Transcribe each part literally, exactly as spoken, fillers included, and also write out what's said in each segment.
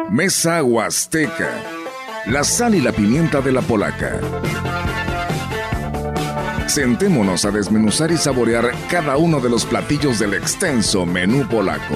Mesa Huasteca, la sal y la pimienta de la polaca. Sentémonos a desmenuzar y saborear cada uno de los platillos del extenso menú polaco.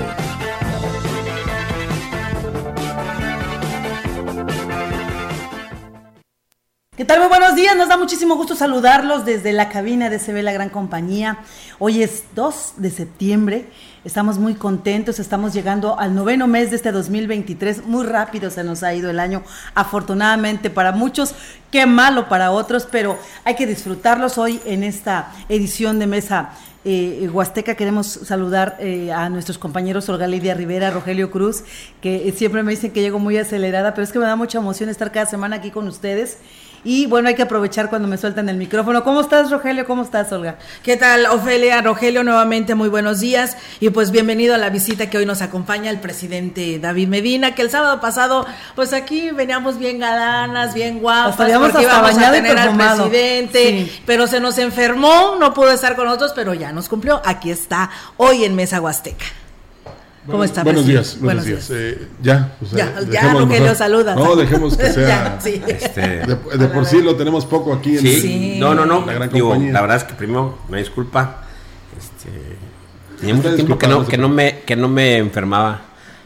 ¿Qué tal? Muy buenos días, nos da muchísimo gusto saludarlos desde la cabina de C B La Gran Compañía. Hoy es dos de septiembre, estamos muy contentos, estamos llegando al noveno mes de este dos mil veintitrés, muy rápido se nos ha ido el año, afortunadamente para muchos, qué malo para otros, pero hay que disfrutarlos hoy en esta edición de Mesa Eh, Huasteca. Queremos saludar eh, a nuestros compañeros Olga Lidia Rivera, Rogelio Cruz, que eh, siempre me dicen que llego muy acelerada, pero es que me da mucha emoción estar cada semana aquí con ustedes. Y bueno, hay que aprovechar cuando me sueltan el micrófono. ¿Cómo estás, Rogelio? ¿Cómo estás, Olga? ¿Qué tal, Ofelia? Rogelio, nuevamente muy buenos días. Y pues bienvenido a la visita que hoy nos acompaña el presidente David Medina, que el sábado pasado, pues aquí veníamos bien galanas, bien guapas, porque íbamos a tener al presidente, sí. Pero se nos enfermó, no pudo estar con nosotros, pero ya nos cumplió. Aquí está, hoy en Mesa Huasteca. ¿Cómo Bueno, está? Buenos días, buenos, buenos días. días. Eh, ya, o sea, ya, ya, Rogelio, mejor. saluda. No, dejemos que sea. Ya, sí. Este, de, de por sí lo tenemos poco aquí en sí, sí. no, no, no. la gran Digo, compañía. la verdad es que primero me disculpa. Este, tenía mucho Está tiempo que no, disculpado, que no me, que no me enfermaba.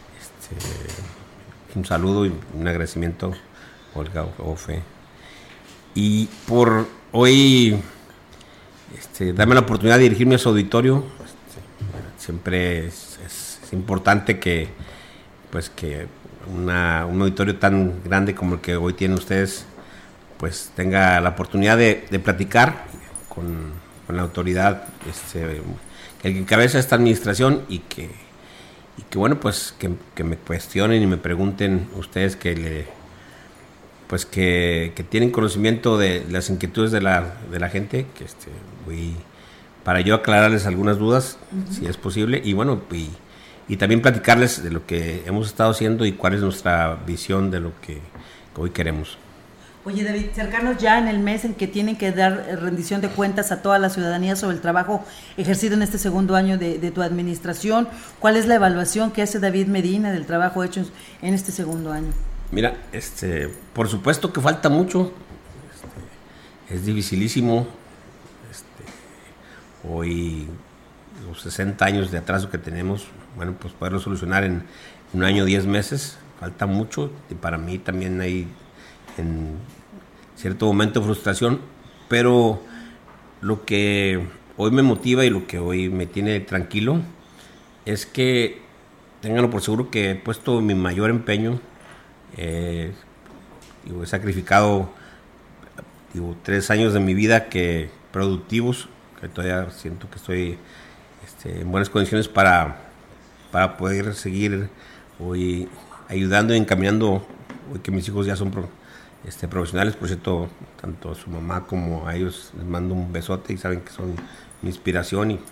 Este, un saludo y un agradecimiento, Olga, Ofe. Y por hoy, este, darme la oportunidad de dirigirme a su auditorio. Este, siempre es, es Es importante que, pues, que una, un auditorio tan grande como el que hoy tienen ustedes, pues, tenga la oportunidad de, de platicar con, con la autoridad, este, que el que encabeza esta administración y que, y que bueno, pues, que, que me cuestionen y me pregunten ustedes que le, pues, que, que tienen conocimiento de las inquietudes de la, de la gente, que este, voy, para yo aclararles algunas dudas, uh-huh. si es posible, y bueno, y Y también platicarles de lo que hemos estado haciendo y cuál es nuestra visión de lo que, que hoy queremos. Oye, David, cercanos ya en el mes en que tienen que dar rendición de cuentas a toda la ciudadanía sobre el trabajo ejercido en este segundo año de, de tu administración, ¿cuál es la evaluación que hace David Medina del trabajo hecho en este segundo año? Mira, este, por supuesto que falta mucho, este, es dificilísimo, este, hoy los sesenta años de atraso que tenemos, bueno, pues poderlo solucionar en un año, diez meses, falta mucho, y para mí también hay en cierto momento frustración, pero lo que hoy me motiva y lo que hoy me tiene tranquilo es que ténganlo por seguro que he puesto mi mayor empeño, eh, digo, he sacrificado digo, tres años de mi vida que productivos, que todavía siento que estoy este, en buenas condiciones para para poder seguir hoy ayudando y encaminando, hoy que mis hijos ya son pro, este, profesionales, por cierto, tanto a su mamá como a ellos les mando un besote y saben que son mi inspiración. Y,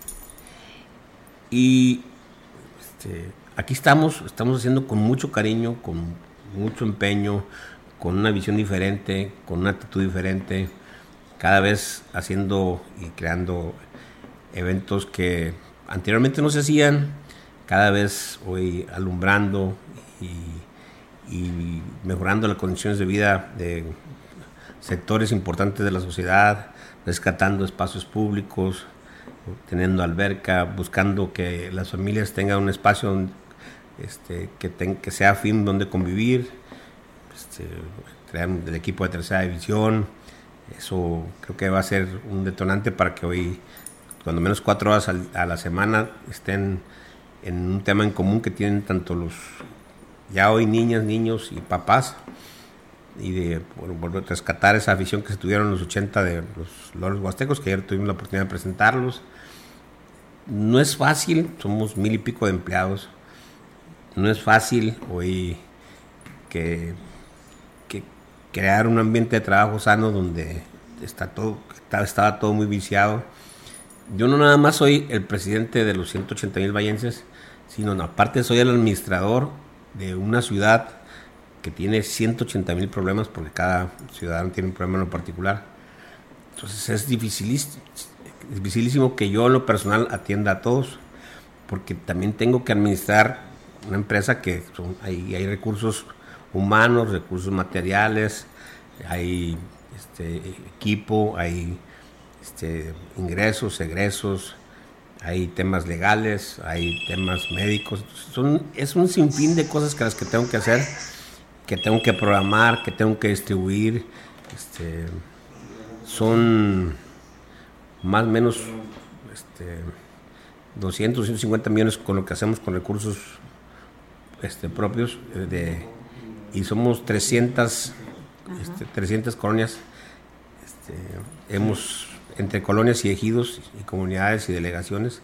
y este, aquí estamos, estamos haciendo con mucho cariño, con mucho empeño, con una visión diferente, con una actitud diferente, cada vez haciendo y creando eventos que anteriormente no se hacían, cada vez hoy alumbrando y, y mejorando las condiciones de vida de sectores importantes de la sociedad, rescatando espacios públicos, teniendo alberca, buscando que las familias tengan un espacio donde, este, que, ten, que sea afín donde convivir, este, crear el equipo de tercera división. Eso creo que va a ser un detonante para que hoy, cuando menos cuatro horas a la semana, estén en un tema en común que tienen tanto los ya hoy niñas, niños y papás, y de bueno, volver a rescatar esa afición que se tuvieron en los ochenta de los loros huastecos, que ayer tuvimos la oportunidad de presentarlos. No es fácil, somos mil y pico de empleados, no es fácil hoy que, que crear un ambiente de trabajo sano donde está todo, está, estaba todo muy viciado. Yo no nada más soy el presidente de los ciento ochenta mil vallenses, sino no, aparte soy el administrador de una ciudad que tiene ciento ochenta mil problemas, porque cada ciudadano tiene un problema en lo particular. Entonces es dificilísimo, es dificilísimo que yo en lo personal atienda a todos, porque también tengo que administrar una empresa que son, hay, hay recursos humanos, recursos materiales, hay este, equipo, hay este, ingresos, egresos, hay temas legales, hay temas médicos. Son, es un sinfín de cosas que las que tengo que hacer, que tengo que programar, que tengo que distribuir. Este, son más o menos este, doscientos, doscientos cincuenta millones con lo que hacemos con recursos este, propios de, y somos trescientas, este, trescientas colonias. Este, hemos entre colonias y ejidos y comunidades y delegaciones,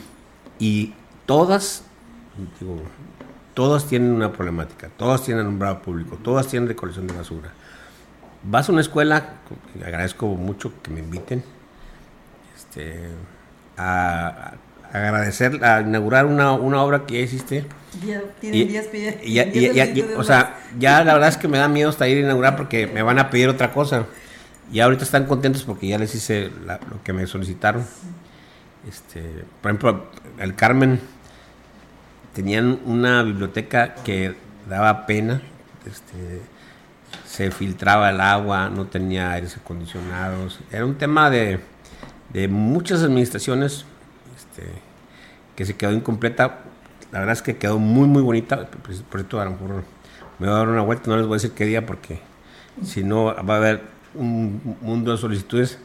y todas digo, todas tienen una problemática, todas tienen alumbrado público, todas tienen recolección de basura. Vas a una escuela, agradezco mucho que me inviten este, a, a agradecer, a inaugurar una, una obra que ya existe. Ya tienen días pidiendo. Y, y, y, y, y, o sea, ya la verdad es que me da miedo hasta ir a inaugurar porque me van a pedir otra cosa. Y ahorita están contentos porque ya les hice la, lo que me solicitaron. Este, por ejemplo, el Carmen tenían una biblioteca que daba pena. Este, se filtraba el agua, no tenía aires acondicionados. Era un tema de, de muchas administraciones este, que se quedó incompleta. La verdad es que quedó muy, muy bonita. Por cierto, a lo mejor me voy a dar una vuelta. No les voy a decir qué día porque si no va a haber un mundo de solicitudes.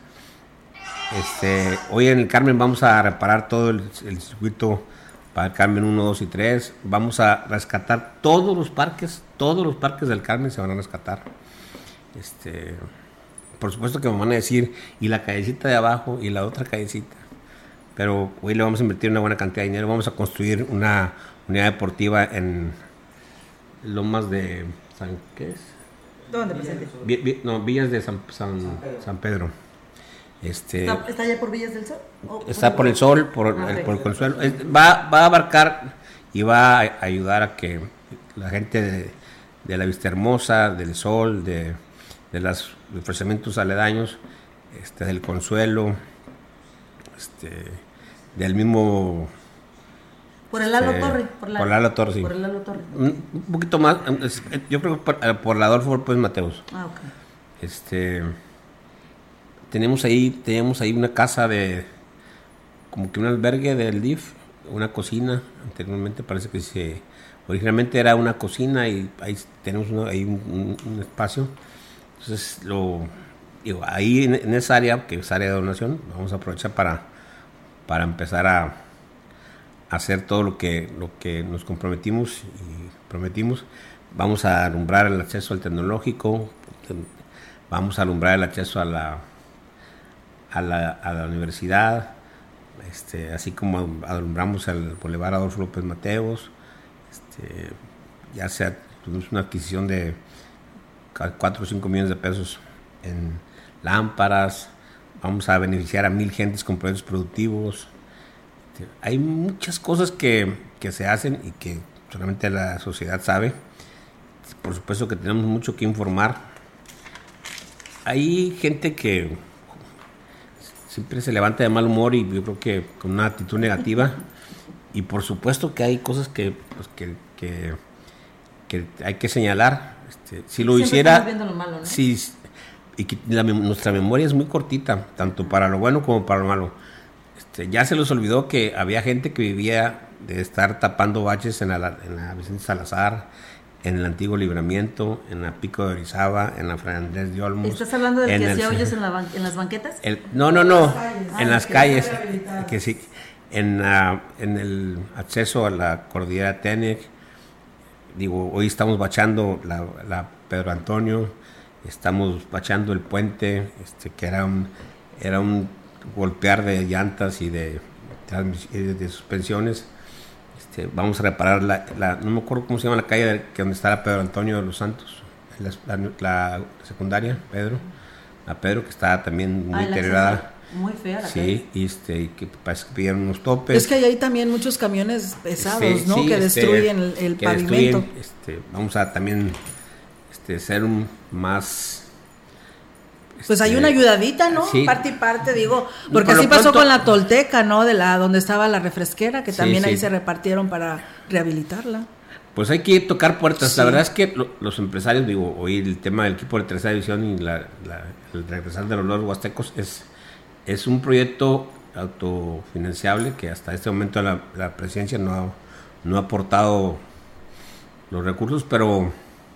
Este, hoy en el Carmen vamos a reparar todo el, el circuito para el Carmen uno, dos y tres. Vamos a rescatar todos los parques, todos los parques del Carmen se van a rescatar. Este, por supuesto que me van a decir, y la callecita de abajo y la otra callecita. Pero hoy le vamos a invertir una buena cantidad de dinero. Vamos a construir una unidad deportiva en Lomas de San, ¿qué es? ¿Dónde, presidente? Vi, vi, no, Villas de San, San, San Pedro. Este, ¿Está, ¿Está allá por Villas del Sol? Está por el Sol, por, ah, el, por el Consuelo. Va, va a abarcar y va a ayudar a que la gente de, de la Vista Hermosa, del Sol, de, de los ofrecimientos aledaños, este, del Consuelo, este, del mismo... Por el Lalo este, Torre. Por, la, por Lalo Torre, sí. Por el Lalo Torre. Un, un poquito más, yo creo que por, por la Adolfo López Mateos. Ah, ok. Este... Tenemos ahí, tenemos ahí una casa de, como que un albergue del D I F, una cocina, anteriormente parece que se, originalmente era una cocina y ahí tenemos una, ahí un, un, un espacio. Entonces, lo, digo, ahí en, en esa área, que es área de donación, vamos a aprovechar para, para empezar a, a hacer todo lo que, lo que nos comprometimos y prometimos. Vamos a alumbrar el acceso al tecnológico, vamos a alumbrar el acceso a la A la, a la universidad, este, así como alumbramos el Boulevard Adolfo López Mateos. Este, ya sea tuvimos una adquisición de cuatro o cinco millones de pesos en lámparas. Vamos a beneficiar a mil gentes con proyectos productivos. Este, hay muchas cosas que, que se hacen y que solamente la sociedad sabe. Por supuesto que tenemos mucho que informar. Hay gente que siempre se levanta de mal humor y yo creo que con una actitud negativa, y por supuesto que hay cosas que pues, que, que, que hay que señalar. Este, si lo siempre hiciera, viendo lo malo, ¿no? si, y que la, nuestra memoria es muy cortita, tanto para lo bueno como para lo malo. Este, ya se les olvidó que había gente que vivía de estar tapando baches en la, en la Vicente Salazar, en el antiguo Libramiento, en la Pico de Orizaba, en la Fray Andrés de Olmos. ¿Estás hablando del que el, hacía hoyos en, la ban- en las banquetas? El, no, no, no, ah, en las calles, que sí, en, uh, en el acceso a la cordillera Tenec. Digo, hoy estamos bachando la, la Pedro Antonio, estamos bachando el puente, este, que era un, era un golpear de llantas y de, de, de suspensiones. Este, vamos a reparar la, la, no me acuerdo cómo se llama la calle de, que donde está la Pedro Antonio de los Santos, la, la, la secundaria, Pedro, la Pedro que está también muy ah, deteriorada. Muy fea la sí, calle. y este, y que parece que pidieron unos topes. Es que hay ahí también muchos camiones pesados, este, ¿no? Sí, que este, destruyen el, el que pavimento. Destruyen, este, vamos a también este, ser un más... Pues hay una ayudadita, ¿no? Sí. Parte y parte, digo, porque Por así lo pasó pronto, con la Tolteca, ¿no? De la donde estaba la refresquera, que sí, también sí. ahí se repartieron para rehabilitarla. Pues hay que tocar puertas. Sí. La verdad es que lo, los empresarios, digo, hoy el tema del equipo de tercera división y la, la, el regresar de los Loros Huastecos es, es un proyecto autofinanciable que hasta este momento la, la presidencia no ha, no ha aportado los recursos, pero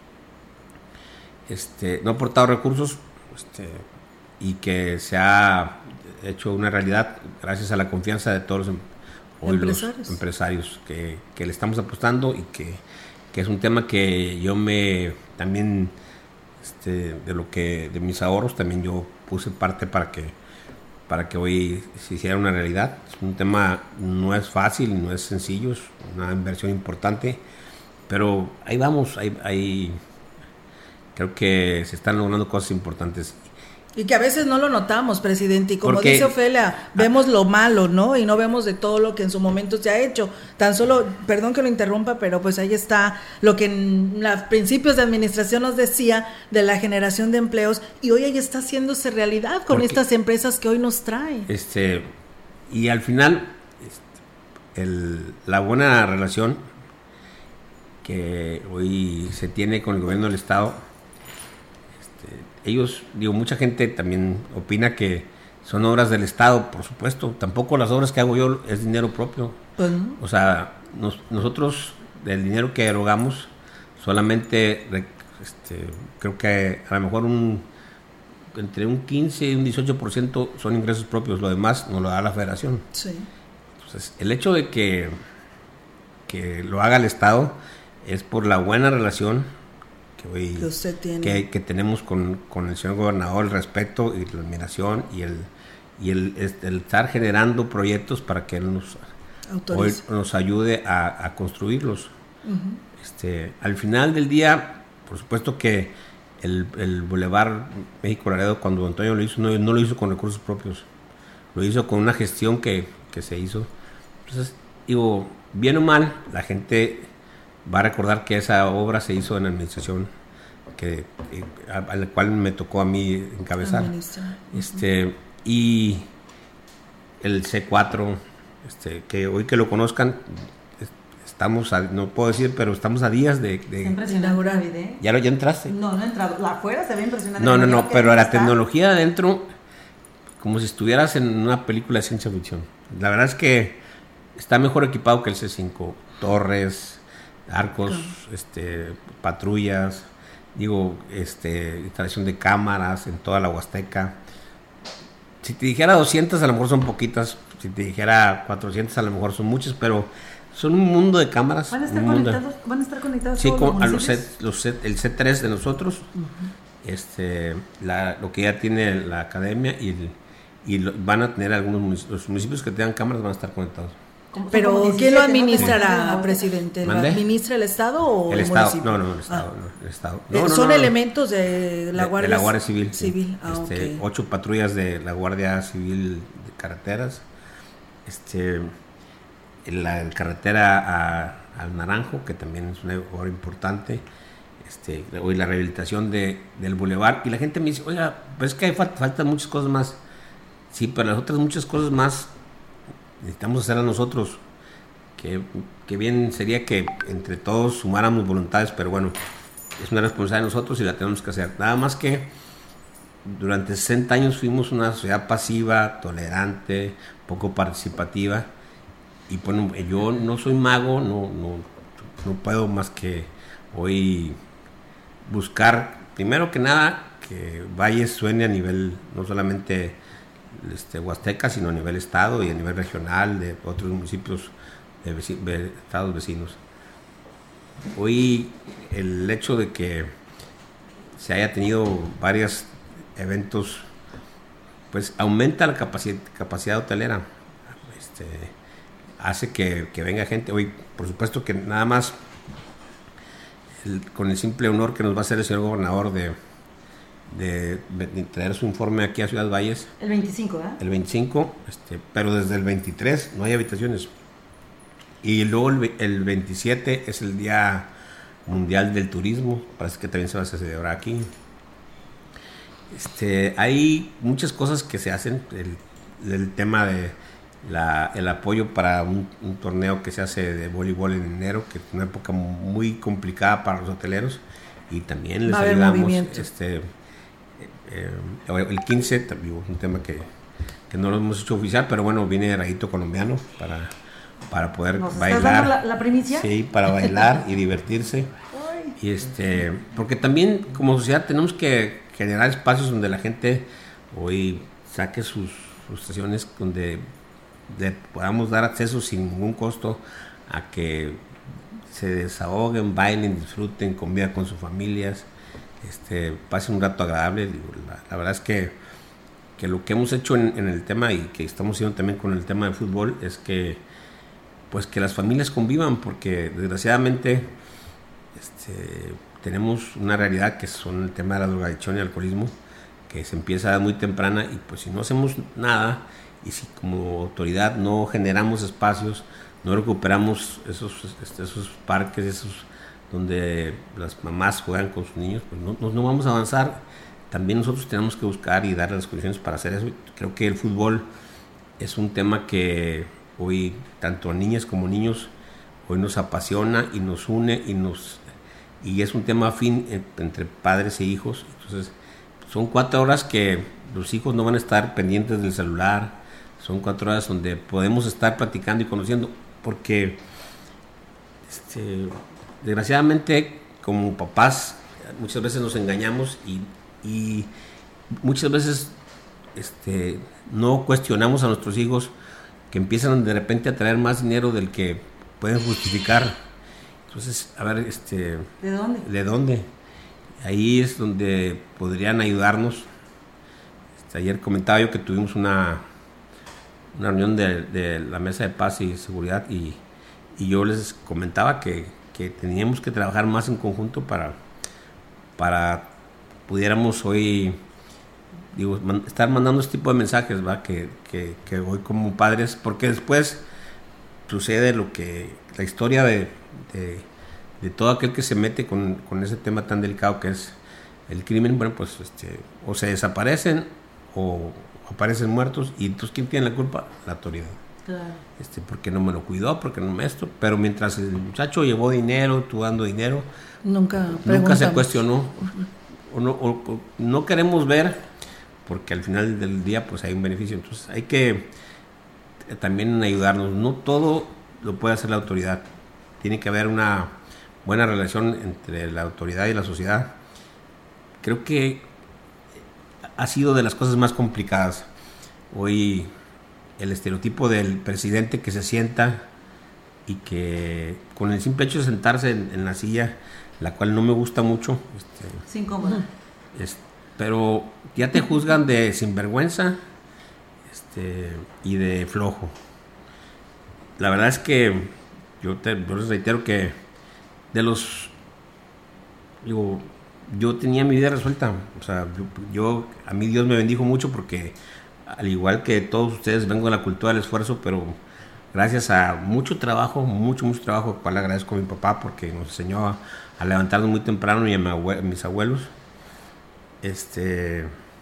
este, no ha aportado recursos este, y que se ha hecho una realidad gracias a la confianza de todos los hoy empresarios, los empresarios que, que le estamos apostando y que, que es un tema que yo me también este, de lo que de mis ahorros también yo puse parte para que para que hoy se hiciera una realidad. Es un tema, no es fácil, no es sencillo, es una inversión importante, pero ahí vamos, ahí, ahí creo que se están logrando cosas importantes. Y que a veces no lo notamos, presidente, y como Porque, dice Ofelia, vemos lo malo, ¿no? Y no vemos de todo lo que en su momento se ha hecho. Tan solo, perdón que lo interrumpa, pero pues ahí está lo que en los principios de administración nos decía de la generación de empleos, y hoy ahí está haciéndose realidad con Porque, estas empresas que hoy nos trae. Este, y al final, este, el, la buena relación que hoy se tiene con el gobierno del Estado, ellos, digo, mucha gente también opina que son obras del Estado, por supuesto. Tampoco las obras que hago yo es dinero propio. Pues no. O sea, nos, nosotros, del dinero que erogamos, solamente, este, creo que a lo mejor un entre un quince y un dieciocho por ciento son ingresos propios. Lo demás nos lo da la Federación. Sí. Entonces, el hecho de que, que lo haga el Estado es por la buena relación que hoy que usted tiene, que, que tenemos con, con el señor gobernador, el respeto y la admiración y el y el, el estar generando proyectos para que él nos hoy nos ayude a, a construirlos. Uh-huh. Este, al final del día, por supuesto que el, el Boulevard México Laredo, cuando Antonio lo hizo, no, no lo hizo con recursos propios, lo hizo con una gestión que, que se hizo. Entonces, digo, bien o mal, la gente va a recordar que esa obra se hizo en la administración que, a, a la cual me tocó a mí encabezar. Este, y el C cuatro, este, que hoy que lo conozcan, estamos, a, no puedo decir, pero estamos a días de... de inaugurar. ¿eh? ¿Ya, lo, ¿Ya entraste? No, no he entrado. La afuera se ve impresionante. No, no, no, pero la está. Tecnología adentro, como si estuvieras en una película de ciencia ficción. La verdad es que está mejor equipado que el C cinco. Torres, arcos, claro. este, patrullas, digo, este, instalación de cámaras en toda la Huasteca. Si te dijera doscientas, a lo mejor son poquitas. Si te dijera cuatrocientas, a lo mejor son muchas, pero son un mundo de cámaras. ¿Van a estar conectados? ¿Van a estar conectados sí, todos con, los a los set, los set, el C tres de nosotros, uh-huh. este, la, lo que ya tiene la academia y, y lo, van a tener algunos municipios, los municipios que tengan cámaras van a estar conectados. Pero ¿quién lo administrará, no presidente? ¿Lo ¿Mande? administra el Estado o el, el Estado? municipio? No, no, el Estado. Ah. No, el Estado. No, no, ¿Son no, no, elementos de la Guardia, de, de la Guardia Civil? Civil. Sí. Ah, este, okay. Ocho patrullas de la Guardia Civil de carreteras. Este, la, la carretera a, al Naranjo, que también es una obra importante. Este, hoy la rehabilitación de, del bulevar. Y la gente me dice, oiga, pues es que hay falta, faltan muchas cosas más. Sí, pero las otras muchas cosas más necesitamos hacerlas nosotros. Que, que bien sería que entre todos sumáramos voluntades, pero bueno, es una responsabilidad de nosotros y la tenemos que hacer. Nada más que durante sesenta años fuimos una sociedad pasiva, tolerante, poco participativa, y bueno, yo no soy mago, no, no, no puedo más que hoy buscar, primero que nada, que Valles suene a nivel, no solamente este, Huasteca, sino a nivel estado y a nivel regional, de otros municipios de, veci- de estados vecinos. Hoy el hecho de que se haya tenido varios eventos, pues aumenta la capacidad, capacidad hotelera, este, hace que, que venga gente. Hoy, por supuesto que nada más el, con el simple honor que nos va a hacer el señor gobernador de, de, de traer su informe aquí a Ciudad Valles. El veinticinco, ¿eh? El veinticinco, este, pero desde el veintitrés no hay habitaciones. Y luego el, el veintisiete es el Día Mundial del Turismo, parece que también se va a celebrar aquí. Este, hay muchas cosas que se hacen, el, el tema de la, el apoyo para un, un torneo que se hace de voleibol en enero, que es una época muy complicada para los hoteleros, y también les ayudamos. Este, eh, eh, el quince, también un tema que, que no lo hemos hecho oficial, pero bueno, viene Rayito Colombiano para, para poder ¿Nos bailar. estás dando la, la primicia? Sí, para bailar y divertirse. Y este, porque también como sociedad tenemos que generar espacios donde la gente hoy saque sus frustraciones, donde le podamos dar acceso sin ningún costo a que se desahoguen, bailen, disfruten, convivan con sus familias, este, pasen un rato agradable. Digo, la, la verdad es que, que lo que hemos hecho en, en el tema, y que estamos haciendo también con el tema de fútbol, es que pues que las familias convivan, porque desgraciadamente este, tenemos una realidad que son el tema de la drogadicción y alcoholismo, que se empieza a dar muy temprana, y pues si no hacemos nada, y si como autoridad no generamos espacios, no recuperamos esos, esos parques, esos donde las mamás juegan con sus niños, pues no, no vamos a avanzar. También nosotros tenemos que buscar y dar las condiciones para hacer eso. Creo que el fútbol es un tema que hoy, tanto a niñas como niños, hoy nos apasiona y nos une, y nos y es un tema afín entre padres e hijos. Entonces, son cuatro horas que los hijos no van a estar pendientes del celular, son cuatro horas donde podemos estar platicando y conociendo, porque este, desgraciadamente como papás muchas veces nos engañamos y, y muchas veces este, no cuestionamos a nuestros hijos, que empiezan de repente a traer más dinero del que pueden justificar. Entonces, a ver, este, ¿de dónde? ¿De dónde? Ahí es donde podrían ayudarnos. Este, ayer comentaba yo que tuvimos una, una reunión de, de la Mesa de Paz y Seguridad, y, y yo les comentaba que, que teníamos que trabajar más en conjunto para, para pudiéramos hoy, digo, man, estar mandando este tipo de mensajes, ¿va? Que, que, que hoy como padres, porque después sucede lo que, la historia de, de, de todo aquel que se mete con, con ese tema tan delicado que es el crimen. Bueno, pues este, o se desaparecen o aparecen muertos, y entonces ¿quién tiene la culpa? La autoridad. Claro. Este, porque no me lo cuidó, porque no me esto, pero mientras el muchacho llevó dinero, tú dando dinero, nunca, nunca se cuestionó. O no, o, o no queremos ver, porque al final del día pues hay un beneficio. Entonces hay que también ayudarnos. No todo lo puede hacer la autoridad, tiene que haber una buena relación entre la autoridad y la sociedad. Creo que ha sido de las cosas más complicadas hoy el estereotipo del presidente que se sienta y que con el simple hecho de sentarse en, en la silla, la cual no me gusta mucho, este, sin cómodo, es, pero ya te juzgan de sinvergüenza este, y de flojo. La verdad es que yo, te, yo les reitero que de los digo, yo tenía mi vida resuelta. O sea, yo, yo a mí Dios me bendijo mucho, porque al igual que todos ustedes vengo de la cultura del esfuerzo, pero gracias a mucho trabajo, mucho, mucho trabajo, al cual agradezco a mi papá, porque nos enseñó a, a levantarnos muy temprano, y a, mi abue- a mis abuelos. Este,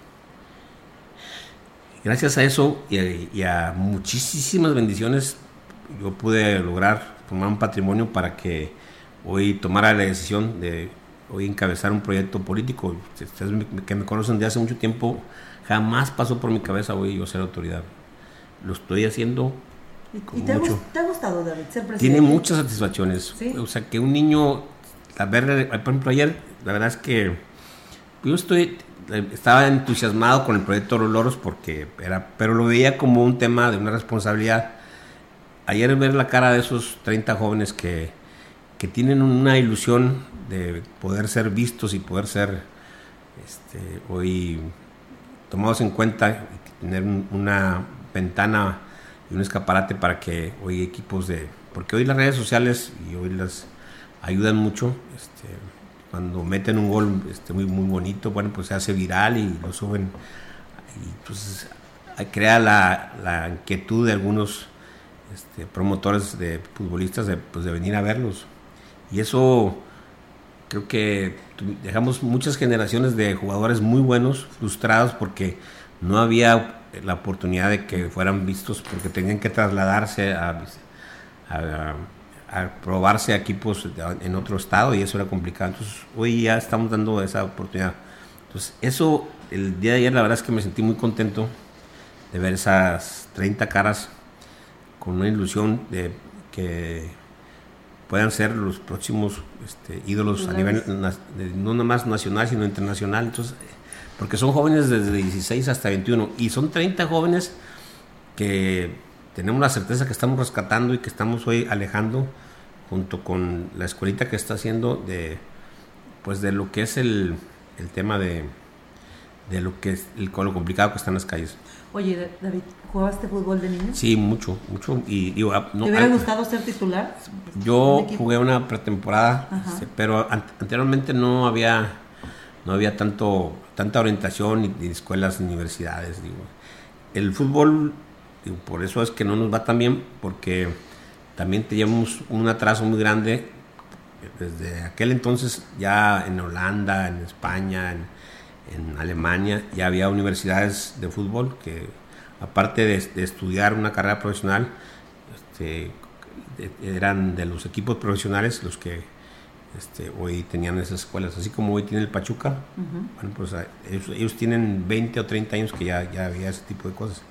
gracias a eso y a, y a muchísimas bendiciones, yo pude lograr formar un patrimonio para que hoy tomara la decisión de hoy encabezar un proyecto político. Ustedes que me conocen de hace mucho tiempo, jamás pasó por mi cabeza hoy yo ser autoridad. Lo estoy haciendo. ¿Y, y te, mucho. Gust, te ha gustado, David, ser presidente? Tiene muchas satisfacciones. ¿Sí? O sea, que un niño, a ver, por ejemplo, ayer, la verdad es que yo estoy, estaba entusiasmado con el proyecto Los Loros, porque era, pero lo veía como un tema de una responsabilidad. Ayer ver la cara de esos treinta jóvenes que, que tienen una ilusión de poder ser vistos y poder ser este, hoy tomados en cuenta, y tener un, una ventana y un escaparate para que hoy equipos de... Porque hoy las redes sociales y hoy las ayudan mucho. Este, cuando meten un gol este, muy, muy bonito, bueno, pues se hace viral y lo suben. Y entonces crea la, la inquietud de algunos este, promotores de futbolistas de, pues, de venir a verlos. Y eso creo que dejamos muchas generaciones de jugadores muy buenos frustrados porque no había la oportunidad de que fueran vistos porque tenían que trasladarse a, a, a probarse a equipos en otro estado y eso era complicado. Entonces hoy ya estamos dando esa oportunidad. Entonces eso, el día de ayer la verdad es que me sentí muy contento de ver esas treinta caras con una ilusión de que puedan ser los próximos este, ídolos a nivel, no nada más nacional, sino internacional. Entonces, porque son jóvenes desde dieciséis hasta veintiuno, y son treinta jóvenes que tenemos la certeza que estamos rescatando y que estamos hoy alejando, junto con la escuelita que está haciendo, de pues de lo que es el, el tema de, de lo que es el, con lo complicado que están las calles. Oye, David, ¿jugaste fútbol de niño? Sí, mucho, mucho. Y, digo, no, ¿te hubiera al, gustado ser titular? Yo jugué una pretemporada, este, pero an, anteriormente no había no había tanto tanta orientación ni, ni escuelas ni universidades. Digo. El fútbol, digo, por eso es que no nos va tan bien, porque también teníamos un atraso muy grande. Desde aquel entonces ya en Holanda, en España, en, en Alemania, ya había universidades de fútbol que, aparte de, de estudiar una carrera profesional, este, eran de los equipos profesionales los que este, hoy tenían esas escuelas, así como hoy tiene el Pachuca. Uh-huh. Bueno, pues ellos, ellos tienen veinte o treinta años que ya, ya había ese tipo de cosas.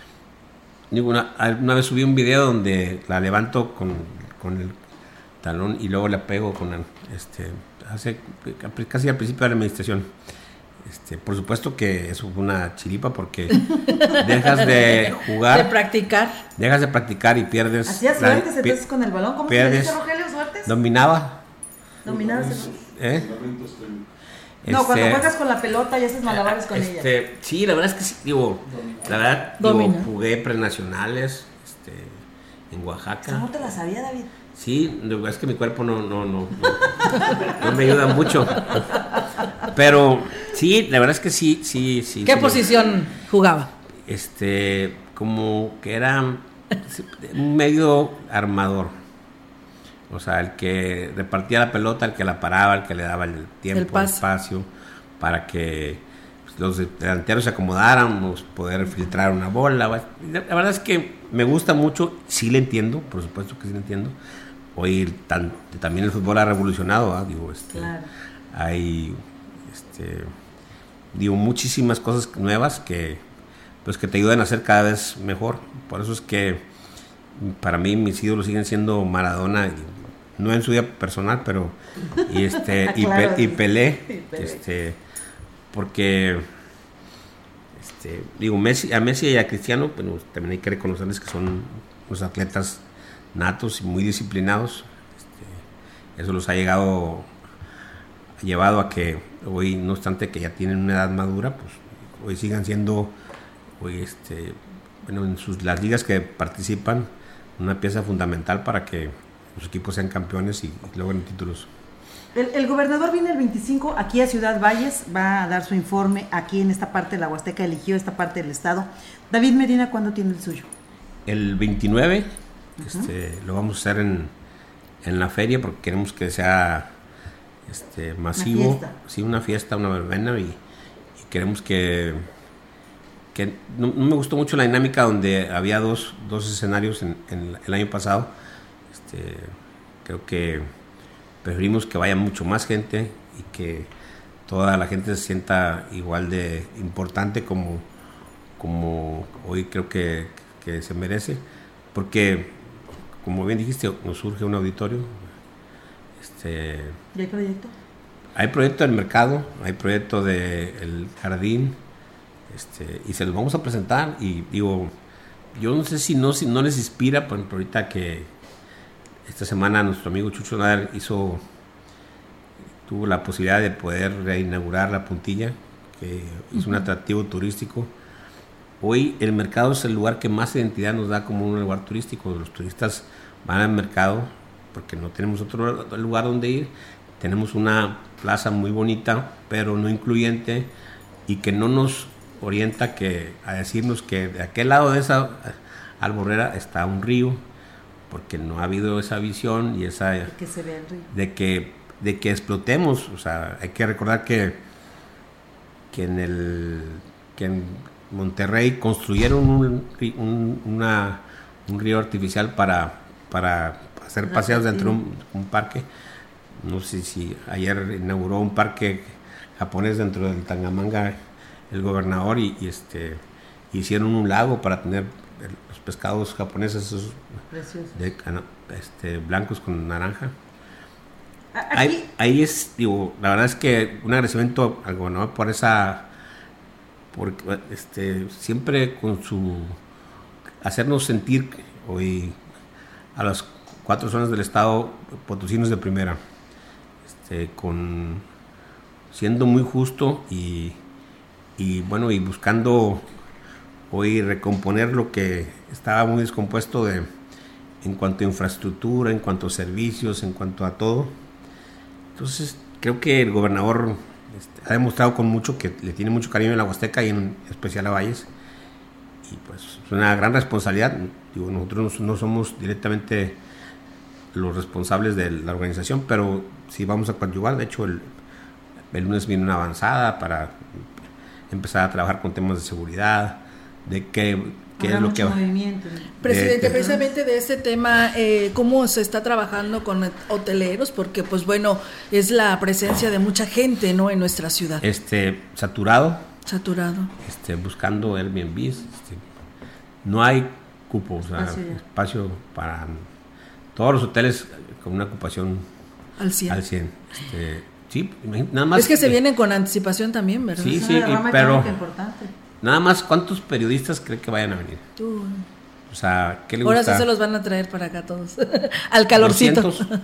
Una, una vez subí un video donde la levanto con, con el talón y luego la pego con el, este, hace casi al principio de la administración. Este, por supuesto que eso fue una chiripa porque dejas de jugar, de practicar, dejas de practicar y pierdes. ¿Hacías suertes la, entonces con el balón? ¿Cómo pierdes, se dice, Rogelio, suertes? Dominaba. Dominaba. ¿Eh? No, este, cuando juegas con la pelota y haces malabares con este, ella. Sí, la verdad es que sí, digo, la verdad, digo, jugué prenacionales este, en Oaxaca. ¿Cómo te la sabía, David? Sí, es que mi cuerpo no, no, no, no, no me ayuda mucho. Pero sí, la verdad es que sí, sí, sí. ¿Qué sí, posición yo, jugaba? Este, como que era un medio armador. O sea, el que repartía la pelota, el que la paraba, el que le daba el tiempo, el, el espacio, para que pues, los delanteros se acomodáramos, poder filtrar una bola. La, la verdad es que me gusta mucho, sí le entiendo, por supuesto que sí le entiendo. Hoy tan, también el fútbol ha revolucionado, ¿eh? Digo, este, claro. Hay este, digo, muchísimas cosas nuevas que, pues, que te ayudan a ser cada vez mejor. Por eso es que para mí mis ídolos siguen siendo Maradona, y, no en su vida personal, pero y este y, claro, pe, y Pelé, y Pelé. Este, porque este, digo, Messi, a Messi y a Cristiano, bueno, también hay que reconocerles que son unos atletas natos y muy disciplinados. Este, eso los ha llegado llevado a que hoy, no obstante que ya tienen una edad madura, pues hoy sigan siendo hoy este bueno en sus las ligas que participan una pieza fundamental para que los equipos sean campeones y, y logren títulos. El, el gobernador viene el veinticinco aquí a Ciudad Valles, va a dar su informe aquí en esta parte de la Huasteca, eligió esta parte del estado. David Medina, ¿cuándo tiene el suyo? El veintinueve, uh-huh. este, lo vamos a hacer en, en la feria porque queremos que sea este, masivo. Una fiesta. Sí, una fiesta, una verbena y, y queremos que que no, no me gustó mucho la dinámica donde había dos, dos escenarios en, en el año pasado. Este, creo que preferimos que vaya mucho más gente y que toda la gente se sienta igual de importante como, como hoy creo que, que se merece, porque como bien dijiste, nos surge un auditorio. Este, ¿Y hay proyecto? Hay proyecto del mercado, hay proyecto del jardín. Este, y se los vamos a presentar y digo, yo no sé si no, si no les inspira, por ejemplo, ahorita que esta semana nuestro amigo Chucho Nader hizo, tuvo la posibilidad de poder reinaugurar la Puntilla, que es uh-huh. un atractivo turístico. Hoy el mercado es el lugar que más identidad nos da como un lugar turístico. Los turistas van al mercado porque no tenemos otro lugar donde ir. Tenemos una plaza muy bonita, pero no incluyente y que no nos orienta que a decirnos que de aquel lado de esa alborrera está un río, porque no ha habido esa visión y esa de que se vea el río, de que de que explotemos. O sea, hay que recordar que que en el que en Monterrey construyeron un, un, una, un río artificial para, para hacer paseos dentro de un, un parque. No sé si ayer inauguró un parque japonés dentro del Tangamanga el gobernador y, y este hicieron un lago para tener los pescados japoneses esos de, este, blancos con naranja. Ahí, ahí es, digo, la verdad es que un agradecimiento al gobernador por esa, por este, siempre con su hacernos sentir hoy a las cuatro zonas del estado potosinos de primera, este, con siendo muy justo y, y bueno, y buscando hoy recomponer lo que estaba muy descompuesto de, en cuanto a infraestructura, en cuanto a servicios, en cuanto a todo. Entonces creo que el gobernador este, ha demostrado con mucho que le tiene mucho cariño a la Huasteca y en especial a Valles, y pues es una gran responsabilidad. Digo, nosotros no somos directamente los responsables de la organización, pero sí vamos a coadyuvar. De hecho el, el lunes viene una avanzada para empezar a trabajar con temas de seguridad, de qué, qué es lo que va. Presidente, de, precisamente de ese tema, eh, ¿cómo se está trabajando con hoteleros? Porque pues bueno, es la presencia de mucha gente, ¿no?, en nuestra ciudad. Este, saturado. Saturado. Este, buscando Airbnb. Este, no hay cupos, o sea, espacio para todos los hoteles con una ocupación al cien. Al cien. Este, sí, nada más. Es que se vienen con anticipación también, ¿verdad? Sí, sí, y, pero nada más, ¿cuántos periodistas cree que vayan a venir? Uh. O sea, ¿qué le gusta? Ahora sí se los van a traer para acá todos. Al calorcito. doscientos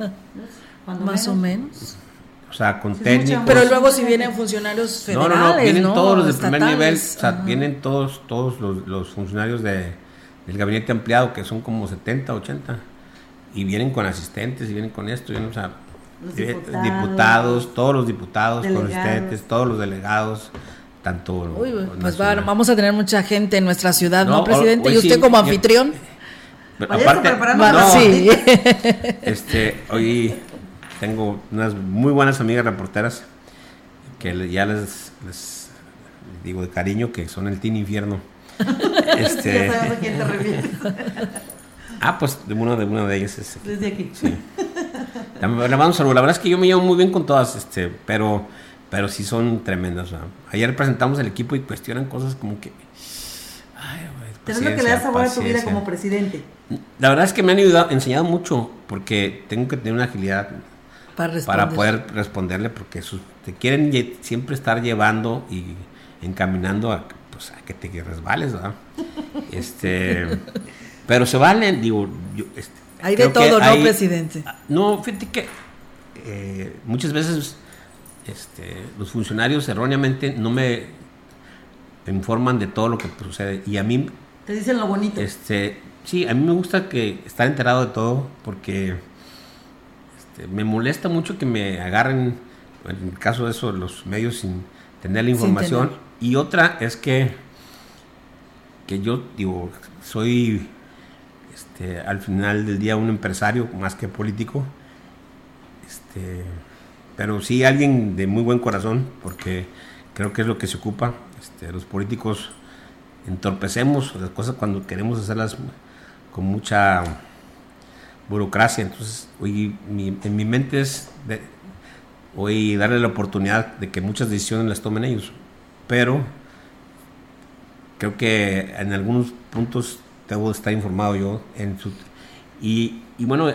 Más o menos. O sea, con sí, técnicos. Pero luego si vienen funcionarios federales, no, no, no, vienen ¿no? todos los de Estatales. primer nivel, o sea, Ajá. vienen todos todos los, los funcionarios de, del gabinete ampliado, que son como setenta, ochenta, y vienen con asistentes, y vienen con esto, vienen, o sea, diputados, diputados, todos los diputados, con asistentes, todos los delegados, tanto... Uy, pues va, vamos a tener mucha gente en nuestra ciudad, ¿no, ¿no presidente? Hoy, ¿Y usted sí, como anfitrión? Pero aparte, no, sí. este, hoy tengo unas muy buenas amigas reporteras que ya les, les digo de cariño que son el Team Infierno. Este, ya sabemos a quién te refieres. Ah, pues de una de una de ellas es aquí. Desde aquí. Sí. La, la, vamos a, la verdad es que yo me llevo muy bien con todas, este, pero pero sí son tremendas. ¿No? Ayer presentamos el equipo y cuestionan cosas como que ay, pero es lo que le da sabor a tu vida como presidente. La verdad es que me han ayudado, enseñado mucho, porque tengo que tener una agilidad para, para poder responderle, porque sus, te quieren ye, siempre estar llevando y encaminando a, pues, a que te resbales, ¿verdad? este, pero se valen, digo, yo, este, hay de todo, ¿no, hay, presidente? No, fíjate que eh, muchas veces este, los funcionarios erróneamente no me informan de todo lo que sucede, y a mí te dicen lo bonito. Este, sí, a mí me gusta que estar enterado de todo, porque este, me molesta mucho que me agarren, en el caso de eso, los medios sin tener la información. Tener. Y otra es que que yo digo, soy este, al final del día un empresario más que político, este, pero sí alguien de muy buen corazón, porque creo que es lo que se ocupa. Este, los políticos entorpecemos las cosas cuando queremos hacerlas con mucha burocracia. Entonces hoy mi, en mi mente es de, hoy darle la oportunidad de que muchas decisiones las tomen ellos, pero creo que en algunos puntos debo estar informado yo en su, y, y bueno,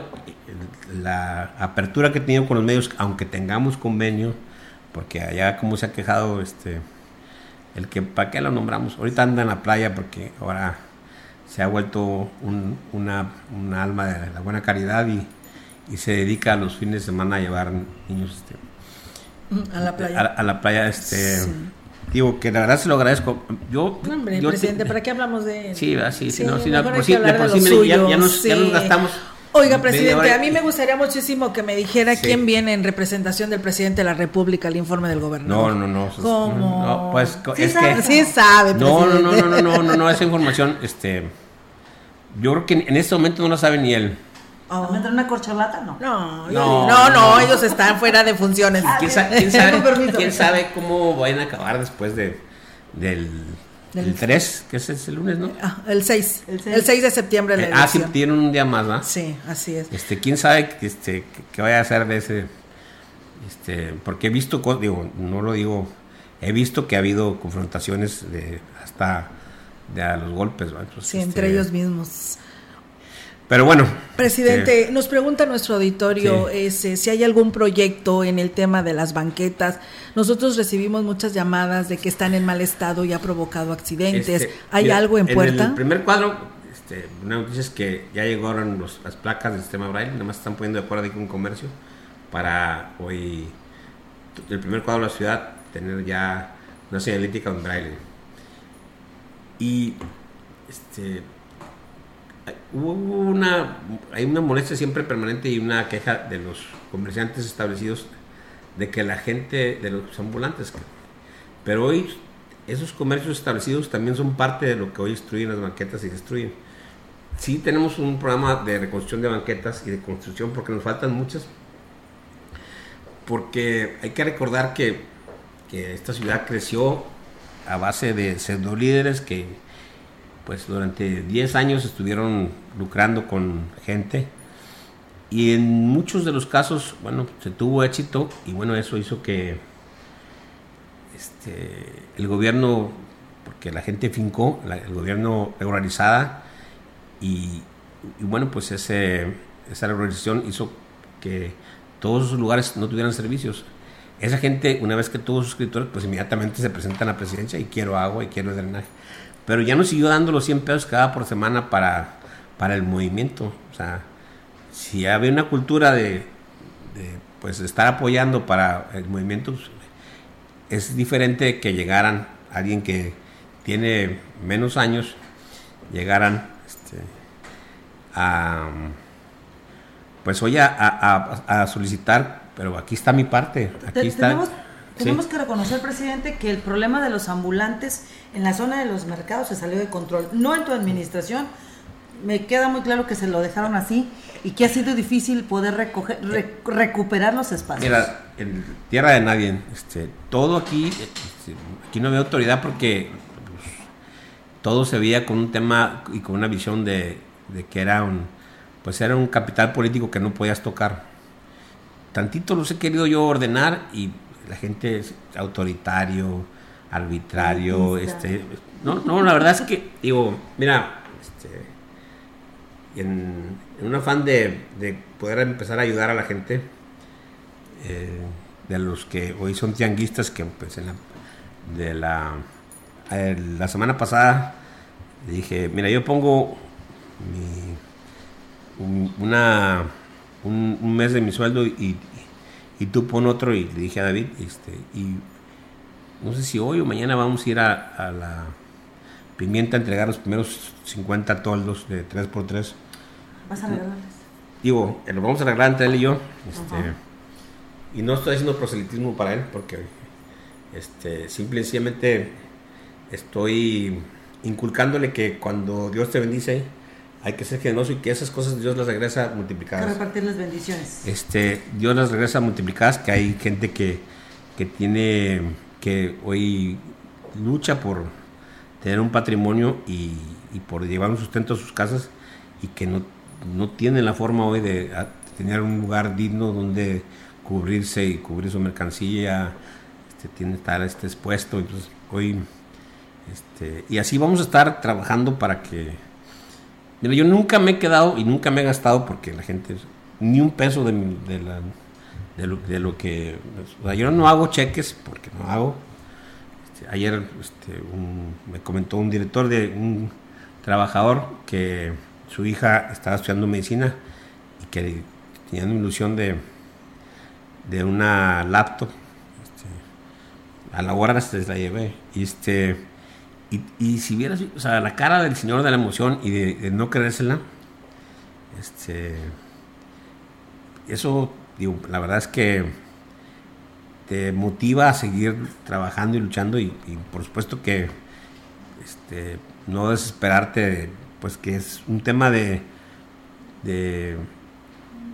la apertura que he tenido con los medios, aunque tengamos convenio, porque allá como se ha quejado este el que para qué lo nombramos, ahorita anda en la playa porque ahora se ha vuelto un, una, una alma de la buena caridad y, y se dedica a los fines de semana a llevar niños este, a la playa, a, a la playa este sí. Digo que la verdad se lo agradezco. Yo, no, hombre, yo presidente, te, ¿para qué hablamos de él? Sí, así, sí, sí, no, sí, no, por sí, de por sí me, ya, ya, nos, sí. ya nos gastamos. Oiga, presidente, a mí me gustaría muchísimo que me dijera sí. quién viene en representación del presidente de la República al informe del gobernador. No, no, no. ¿Cómo? No, no, pues sí es sabe, que sí sabe, no, no, no, no, no, no, no, no, esa información, este, yo creo que en este momento no lo sabe ni él. Oh. ¿Me trae una corcholata? No. No, no, no, no, ellos están fuera de funciones. ¿Quién sabe, quién sabe, quién sabe cómo vayan a acabar después de del El tres, que ese es el lunes, ¿no? Ah, el seis. El seis. El seis de septiembre. Eh, la ah, sí, elección. tienen un día más, ¿verdad? Sí, así es. Este, quién sabe este, qué vaya a hacer de ese, este, porque he visto, digo, no lo digo, he visto que ha habido confrontaciones de hasta de a los golpes, ¿verdad? Entonces, Sí, este, entre ellos mismos. Pero bueno. Presidente, este, nos pregunta nuestro auditorio sí. ese, si hay algún proyecto en el tema de las banquetas. Nosotros recibimos muchas llamadas de que están en mal estado y ha provocado accidentes. Este, ¿Hay mira, algo en puerta? En el primer cuadro, este, una noticia es que ya llegaron los, las placas del sistema Braille, nada más están poniendo de acuerdo ahí con un comercio para hoy, el primer cuadro de la ciudad, tener ya una señalética en Braille. Y este hubo una hay una molestia siempre permanente y una queja de los comerciantes establecidos de que la gente de los ambulantes, pero hoy esos comercios establecidos también son parte de lo que hoy destruyen las banquetas y destruyen. Sí tenemos un programa de reconstrucción de banquetas y de construcción porque nos faltan muchas, porque hay que recordar que, que esta ciudad creció a base de pseudo líderes que pues durante diez años estuvieron lucrando con gente y en muchos de los casos, bueno, se tuvo éxito y bueno, eso hizo que este, el gobierno, porque la gente fincó, la, el gobierno regularizada y, y bueno, pues ese, esa regularización hizo que todos esos lugares no tuvieran servicios. Esa gente, una vez que tuvo suscriptores, pues inmediatamente se presenta a la presidencia y quiero agua y quiero drenaje. Pero ya nos siguió dando los cien pesos cada por semana para, para el movimiento. O sea, si había una cultura de, de pues, estar apoyando para el movimiento, pues, es diferente que llegaran alguien que tiene menos años, llegaran este, a, pues hoy a, a, a solicitar, pero aquí está mi parte. Aquí Te, está. Tenemos, tenemos Sí. que reconocer, presidente, que el problema de los ambulantes en la zona de los mercados se salió de control. No en tu administración, me queda muy claro que se lo dejaron así y que ha sido difícil poder recoger, re, recuperar los espacios. Mira, en tierra de nadie, este, todo aquí, este, aquí no había autoridad porque pues, todo se veía con un tema y con una visión de, de que era un, pues era un capital político que no podías tocar. Tantito los he querido yo ordenar y la gente es autoritario, arbitrario, este, no, no, la verdad es que, digo, mira, este, en, en un afán de, de poder empezar a ayudar a la gente, eh, de los que hoy son tianguistas, que pues en la, de la, eh, la semana pasada dije, mira, yo pongo mi, un, una, un, un mes de mi sueldo y, y tú pon otro, y le dije a David, este, y no sé si hoy o mañana vamos a ir a, a la Pimienta a entregar los primeros cincuenta toldos de tres por tres. ¿Vas a regalarles? Digo, lo vamos a arreglar entre él y yo. Este, y no estoy haciendo proselitismo para él, porque este, simple y sencillamente estoy inculcándole que cuando Dios te bendice, hay que ser generoso y que esas cosas Dios las regresa multiplicadas. Que repartir las bendiciones. Este, Dios las regresa multiplicadas, que hay gente que, que tiene, que hoy lucha por tener un patrimonio y, y por llevar un sustento a sus casas y que no, no tienen la forma hoy de tener un lugar digno donde cubrirse y cubrir su mercancía, este, tiene que estar este, expuesto. Entonces, hoy, este, y así vamos a estar trabajando para que, mira, yo nunca me he quedado y nunca me he gastado porque la gente, ni un peso de, de, la, de, lo, de lo que, o sea, yo no hago cheques porque no hago. Este, ayer este, un, me comentó un director de un trabajador que su hija estaba estudiando medicina y que tenía una ilusión de, de una laptop. Este, a la hora se la llevé. Y este Y, y si vieras, o sea, la cara del señor de la emoción y de, de no creérsela, este, eso, digo, la verdad es que te motiva a seguir trabajando y luchando y, y por supuesto que este, no desesperarte, pues que es un tema de, de que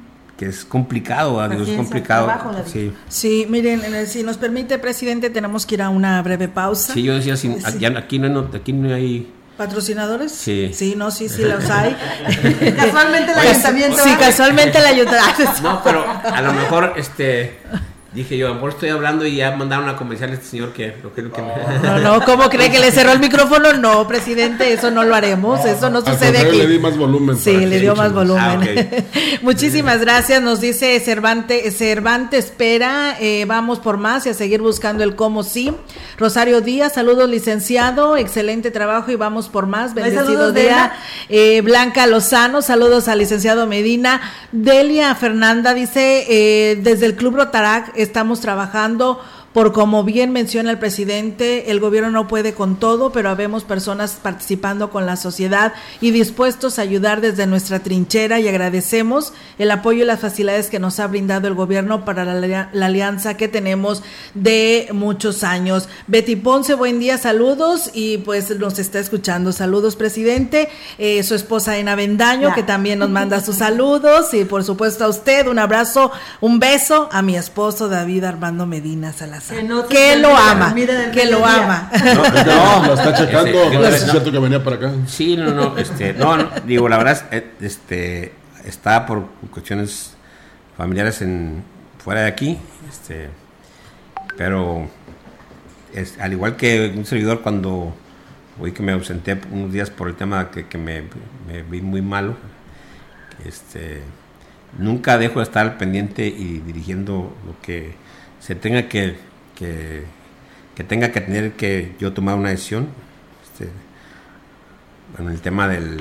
que es complicado, adiós, es complicado. Trabajo, sí. sí, miren, si nos permite, presidente, tenemos que ir a una breve pausa. Sí, yo decía, sin, sí. ya, aquí, no, aquí no hay... ¿Patrocinadores? Sí. Sí, no, sí, sí los hay. Casualmente el ayuntamiento. Sí, casualmente el ayuntamiento. No, pero a lo mejor, este... Dije yo, a lo mejor estoy hablando y ya mandaron a comercial a este señor que lo que, lo que me... No, no, ¿cómo cree que le cerró el micrófono? No, presidente, eso no lo haremos, eso no sucede aquí. Le di más volumen. Sí, le dio más volumen. Ah, okay. Muchísimas gracias, nos dice Cervantes, Cervantes espera, eh, vamos por más y a seguir buscando el cómo sí. Rosario Díaz, saludos licenciado, excelente trabajo y vamos por más, bendecido día. Eh, Blanca Lozano, saludos al licenciado Medina. Delia Fernanda dice, eh, desde el Club Rotarac estamos trabajando por, como bien menciona el presidente, el gobierno no puede con todo, pero habemos personas participando con la sociedad y dispuestos a ayudar desde nuestra trinchera y agradecemos el apoyo y las facilidades que nos ha brindado el gobierno para la, la alianza que tenemos de muchos años. Betty Ponce, buen día, saludos y pues nos está escuchando. Saludos, presidente, eh, su esposa Ena Bendaño, ya. que también nos manda sus saludos y por supuesto a usted, un abrazo, un beso a mi esposo David Armando Medina Salazar. Que, no que lo ama, que lo ama. No, no, lo está checando, ese, no, es no, cierto que venía para acá. Sí, no, no, este, no, no, digo, la verdad, este, está por cuestiones familiares en fuera de aquí, este, pero es, al igual que un servidor cuando hoy que me ausenté unos días por el tema que, que me, me vi muy malo, este, nunca dejo de estar al pendiente y dirigiendo lo que se tenga que Que, que tenga que tener que yo tomar una decisión. Este, bueno, el tema del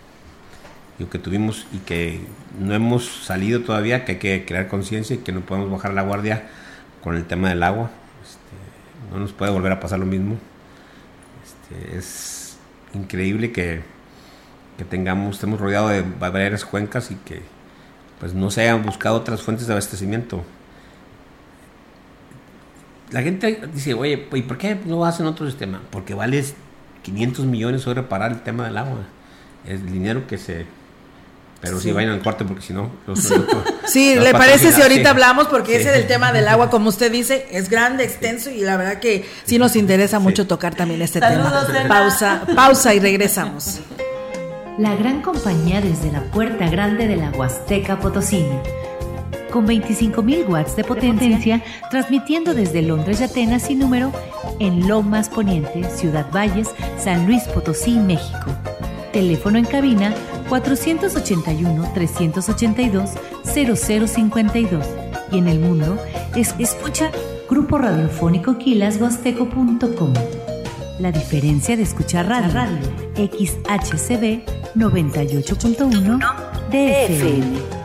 lo que tuvimos y que no hemos salido todavía, que hay que crear conciencia y que no podemos bajar la guardia con el tema del agua. Este, no nos puede volver a pasar lo mismo. Este, es increíble que, que tengamos, estemos rodeados de varias cuencas y que pues no se hayan buscado otras fuentes de abastecimiento. La gente dice, oye, ¿y por qué no hacen otro sistema? Porque vale quinientos millones hoy reparar el tema del agua. Es el dinero que se... Pero sí, sí vayan al cuarto porque si no... Los, sí, los, sí los ¿le parece si ahorita sí. hablamos? Porque sí. ese del tema del agua, como usted dice, es grande, extenso y la verdad que sí nos interesa sí. mucho tocar también este Saludos, tema. Pausa, pausa y regresamos. La gran compañía desde la puerta grande de la Huasteca Potosina. Con veinticinco mil watts de potencia, transmitiendo desde Londres y Atenas sin número, en Lomas Poniente, Ciudad Valles, San Luis Potosí, México. Teléfono en cabina cuatrocientos ochenta y uno, trescientos ochenta y dos, cero cero cincuenta y dos. Y en el mundo, es, escucha Grupo Radiofónico Quilas Huasteco punto com. La diferencia de escuchar radio, radio. X H C B noventa y ocho punto uno D F M.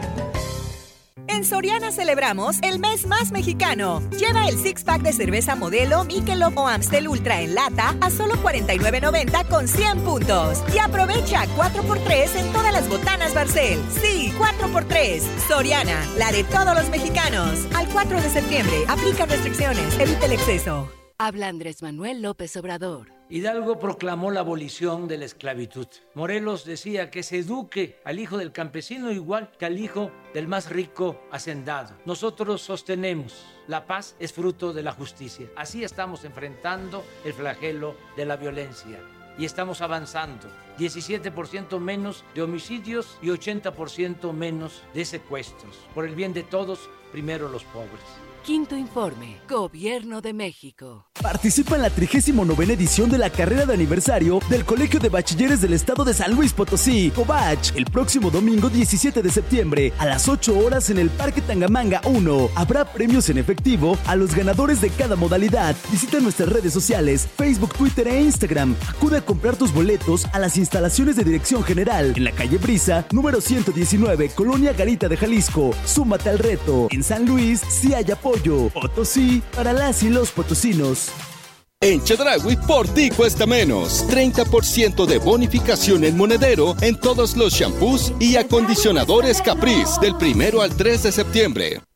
En Soriana celebramos el mes más mexicano. Lleva el six-pack de cerveza Modelo, Michelob o Amstel Ultra en lata a solo cuarenta y nueve noventa con cien puntos. Y aprovecha cuatro por tres en todas las botanas Barcel. Sí, cuatro por tres. Soriana, la de todos los mexicanos. Al cuatro de septiembre, aplica restricciones, evita el exceso. Habla Andrés Manuel López Obrador. Hidalgo proclamó la abolición de la esclavitud. Morelos decía que se eduque al hijo del campesino igual que al hijo del más rico hacendado. Nosotros sostenemos la paz es fruto de la justicia. Así estamos enfrentando el flagelo de la violencia y estamos avanzando. diecisiete por ciento menos de homicidios y ochenta por ciento menos de secuestros. Por el bien de todos, primero los pobres. Quinto informe, Gobierno de México. Participa en la trigésima novena edición de la carrera de aniversario del Colegio de Bachilleres del Estado de San Luis Potosí, COBACH, el próximo domingo diecisiete de septiembre a las ocho horas en el Parque Tangamanga uno. Habrá premios en efectivo a los ganadores de cada modalidad. Visita nuestras redes sociales, Facebook, Twitter e Instagram. Acude a comprar tus boletos a las instalaciones de Dirección General en la calle Brisa, número ciento diecinueve, Colonia Garita de Jalisco. Súmate al reto. En San Luis sí hay apoyo. Potosí para las y los potosinos. En Chedraui, por ti cuesta menos. treinta por ciento de bonificación en monedero en todos los shampoos y acondicionadores Caprice del primero al tres de septiembre.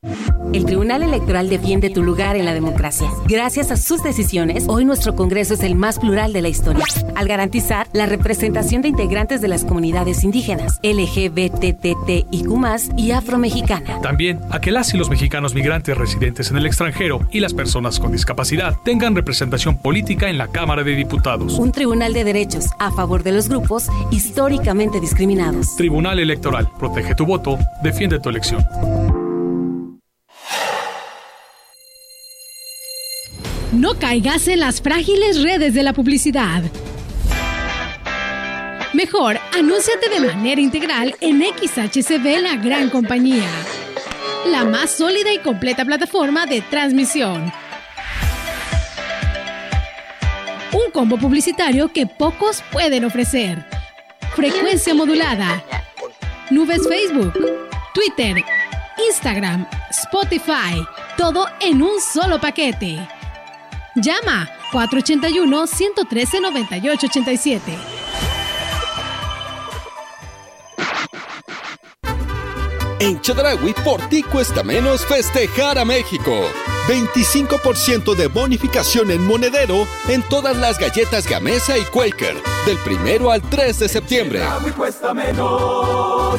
El Tribunal Electoral defiende tu lugar en la democracia. Gracias a sus decisiones, hoy nuestro Congreso es el más plural de la historia, al garantizar la representación de integrantes de las comunidades indígenas, L G B T T I Q más, y afromexicana. También a que las y los mexicanos migrantes residentes en el extranjero y las personas con discapacidad tengan representación política en la Cámara de Diputados. Un tribunal de derechos a favor de los grupos históricamente discriminados. Tribunal Electoral. Protege tu voto, defiende tu elección. No caigas en las frágiles redes de la publicidad. Mejor, anúnciate de manera integral en X H C B La Gran Compañía, la más sólida y completa plataforma de transmisión. Un combo publicitario que pocos pueden ofrecer. Frecuencia modulada, nubes Facebook, Twitter, Instagram, Spotify, todo en un solo paquete. Llama cuatro ocho uno, uno uno tres, nueve ocho ocho siete. En Chedraui, por ti cuesta menos festejar a México. veinticinco por ciento de bonificación en monedero en todas las galletas Gamesa y Quaker, del primero al tres de septiembre. Chedraui cuesta menos.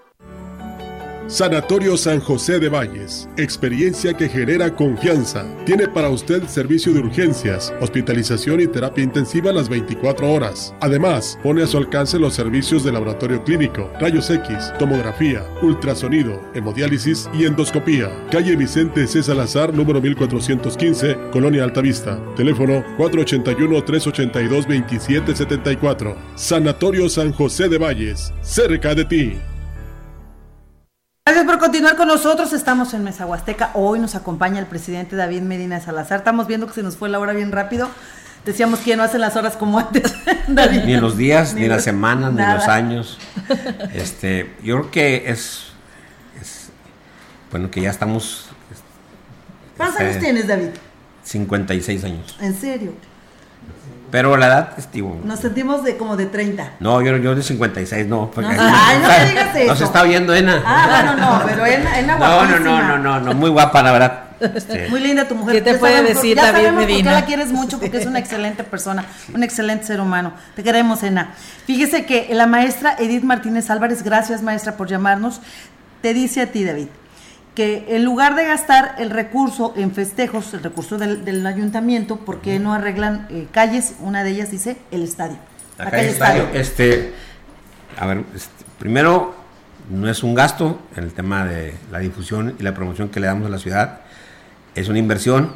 Sanatorio San José de Valles, experiencia que genera confianza. Tiene para usted servicio de urgencias, hospitalización y terapia intensiva las veinticuatro horas. Además, pone a su alcance los servicios de laboratorio clínico, rayos X, tomografía, ultrasonido, hemodiálisis y endoscopía. Calle Vicente C. Salazar, número mil cuatrocientos quince, Colonia Altavista. Teléfono cuatro ocho uno, tres ocho dos, dos siete siete cuatro. Sanatorio San José de Valles, cerca de ti. Gracias por continuar con nosotros. Estamos en Mesa Huasteca. Hoy nos acompaña el presidente David Medina Salazar. Estamos viendo que se nos fue la hora bien rápido. Decíamos que ya no hacen las horas como antes, David. Ni en los días, ni, ni las semanas, nada. Ni los años. Este, yo creo que es, es bueno que ya estamos. ¿Cuántos este, años tienes, David? cincuenta y seis años. ¿En serio? Pero la edad es tipo. Nos sentimos de como de treinta. No, yo, yo de cincuenta y seis, no. Porque no, ay, no me digas eso. No se está viendo Ena. Ah, bueno, no, pero Ena, Ena no, no, no, no, no, no, muy guapa, la verdad. Este, muy linda tu mujer. ¿Qué te ya puede sabemos, decir ya David sabemos Medina? Por qué la quieres mucho, porque es una excelente persona, un excelente ser humano. Te queremos, Ena. Fíjese que la maestra Edith Martínez Álvarez, gracias maestra por llamarnos, te dice a ti, David, que en lugar de gastar el recurso en festejos, el recurso del, del ayuntamiento, ¿por qué no arreglan eh, calles? Una de ellas dice el estadio. La, la calle, calle estadio. estadio. Este, a ver, este, primero, no es un gasto en el tema de la difusión y la promoción que le damos a la ciudad, es una inversión.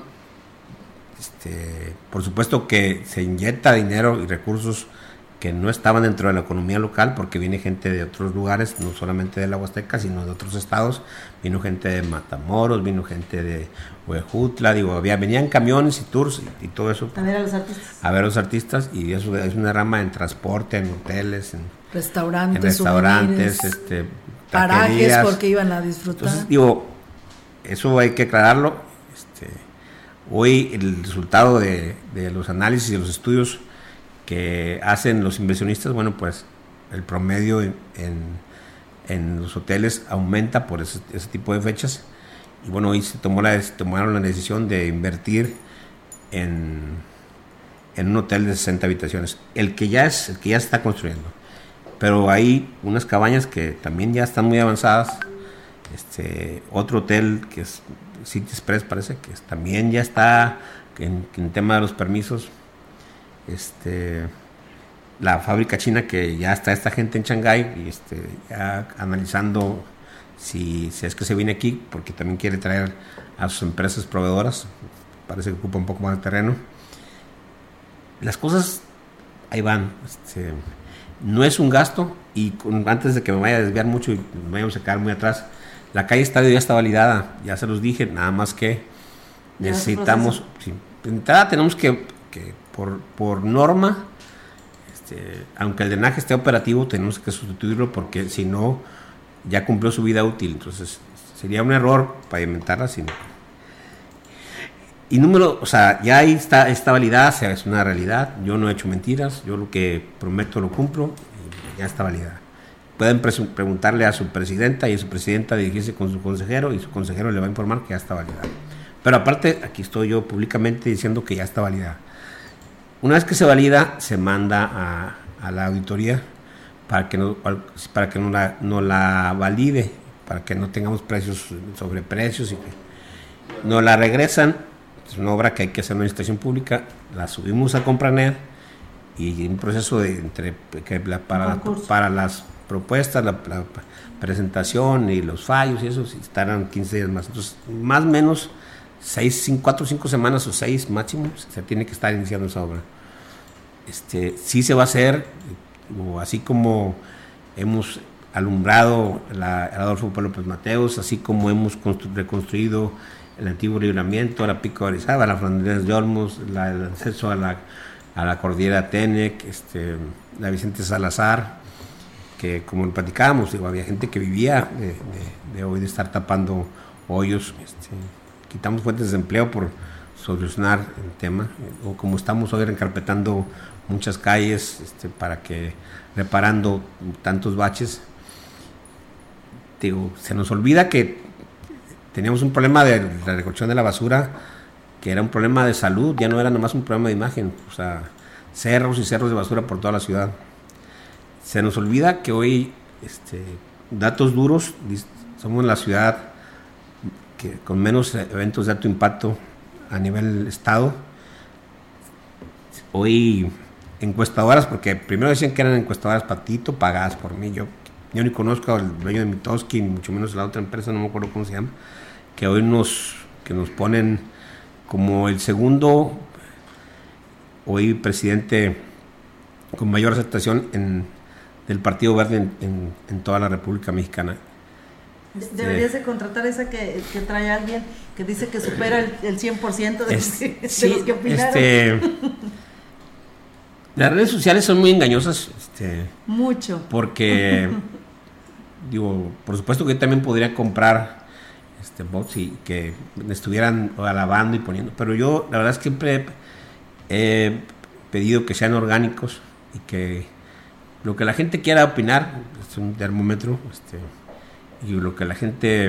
Este, por supuesto que se inyecta dinero y recursos que no estaban dentro de la economía local, porque viene gente de otros lugares, no solamente de la Huasteca, sino de otros estados. Vino gente de Matamoros, vino gente de Huejutla, digo, había, venían camiones y tours y, y todo eso. A ver a los artistas. A ver a los artistas, y eso es una rama en transporte, en hoteles, en restaurantes, en restaurantes, este, parajes, porque iban a disfrutar. Entonces, digo, eso hay que aclararlo. Este, hoy el resultado de, de los análisis y de los estudios que hacen los inversionistas, bueno, pues el promedio en, en, en los hoteles aumenta por ese, ese tipo de fechas, y bueno, hoy se tomó la, se tomaron la decisión de invertir en, en un hotel de sesenta habitaciones, el que ya es, el que ya se está construyendo, pero hay unas cabañas que también ya están muy avanzadas. Este, otro hotel que es City Express, parece que es, también ya está en, en tema de los permisos. Este, la fábrica china, que ya está esta gente en Shanghái y este, ya analizando si, si es que se viene aquí, porque también quiere traer a sus empresas proveedoras, parece que ocupa un poco más de terreno. Las cosas ahí van. Este, no es un gasto, y con, antes de que me vaya a desviar mucho y me vayamos a quedar muy atrás, la calle estadio ya está validada, ya se los dije, nada más que necesitamos, sí, de entrada tenemos que, que por, por norma, este, aunque el drenaje esté operativo, tenemos que sustituirlo, porque si no, ya cumplió su vida útil. Entonces sería un error pavimentarla sin. Y número, o sea, ya ahí está, está validada, o sea, es una realidad. Yo no he hecho mentiras, yo lo que prometo lo cumplo, y ya está validada. pueden pre- preguntarle a su presidenta y a su presidenta dirigirse con su consejero y su consejero le va a informar que ya está validada. Pero aparte, aquí estoy yo públicamente diciendo que ya está validada. Una vez que se valida, se manda a, a la auditoría para que, no, para que no, la, no la valide, para que no tengamos precios sobre precios y que nos la regresan. Es una obra que hay que hacer en una licitación pública, la subimos a Compranet y un proceso de entre que la, para, la, para las propuestas, la, la presentación y los fallos y eso estarán quince días más. Entonces, más o menos seis, cinco, cuatro o cinco semanas o seis máximo se tiene que estar iniciando esa obra. Este, sí se va a hacer, o así como hemos alumbrado la, el Adolfo López Mateos, así como hemos constru- reconstruido el antiguo libramiento, la Pico de Orizaba, la Fronteras de Olmos, la, el acceso a la, a la cordillera Tenec, este, la Vicente Salazar, que como platicábamos, digo, había gente que vivía de, de, de hoy de estar tapando hoyos, este, quitamos fuentes de empleo por solucionar el tema, o como estamos hoy encarpetando muchas calles este, para que reparando tantos baches, digo, se nos olvida que teníamos un problema de la recolección de la basura, que era un problema de salud, ya no era nomás un problema de imagen, o sea, cerros y cerros de basura por toda la ciudad. Se nos olvida que hoy, este, datos duros, somos la ciudad que con menos eventos de alto impacto a nivel estado. Hoy encuestadoras, porque primero decían que eran encuestadoras patito, pagadas por mí, yo, yo ni conozco al dueño de Mitoski, mucho menos la otra empresa, no me acuerdo cómo se llama, que hoy nos, que nos ponen como el segundo, hoy presidente con mayor aceptación en, del Partido Verde en, en, en toda la República Mexicana. Deberías de contratar esa que, que trae a alguien que dice que supera el, el cien por ciento de, es, de, de sí, los que opinaron. Este, las redes sociales son muy engañosas. Este, Mucho. Porque, digo, por supuesto que yo también podría comprar este bots y que me estuvieran alabando y poniendo, pero yo la verdad es que siempre he pedido que sean orgánicos y que lo que la gente quiera opinar es un termómetro, este, y lo que la gente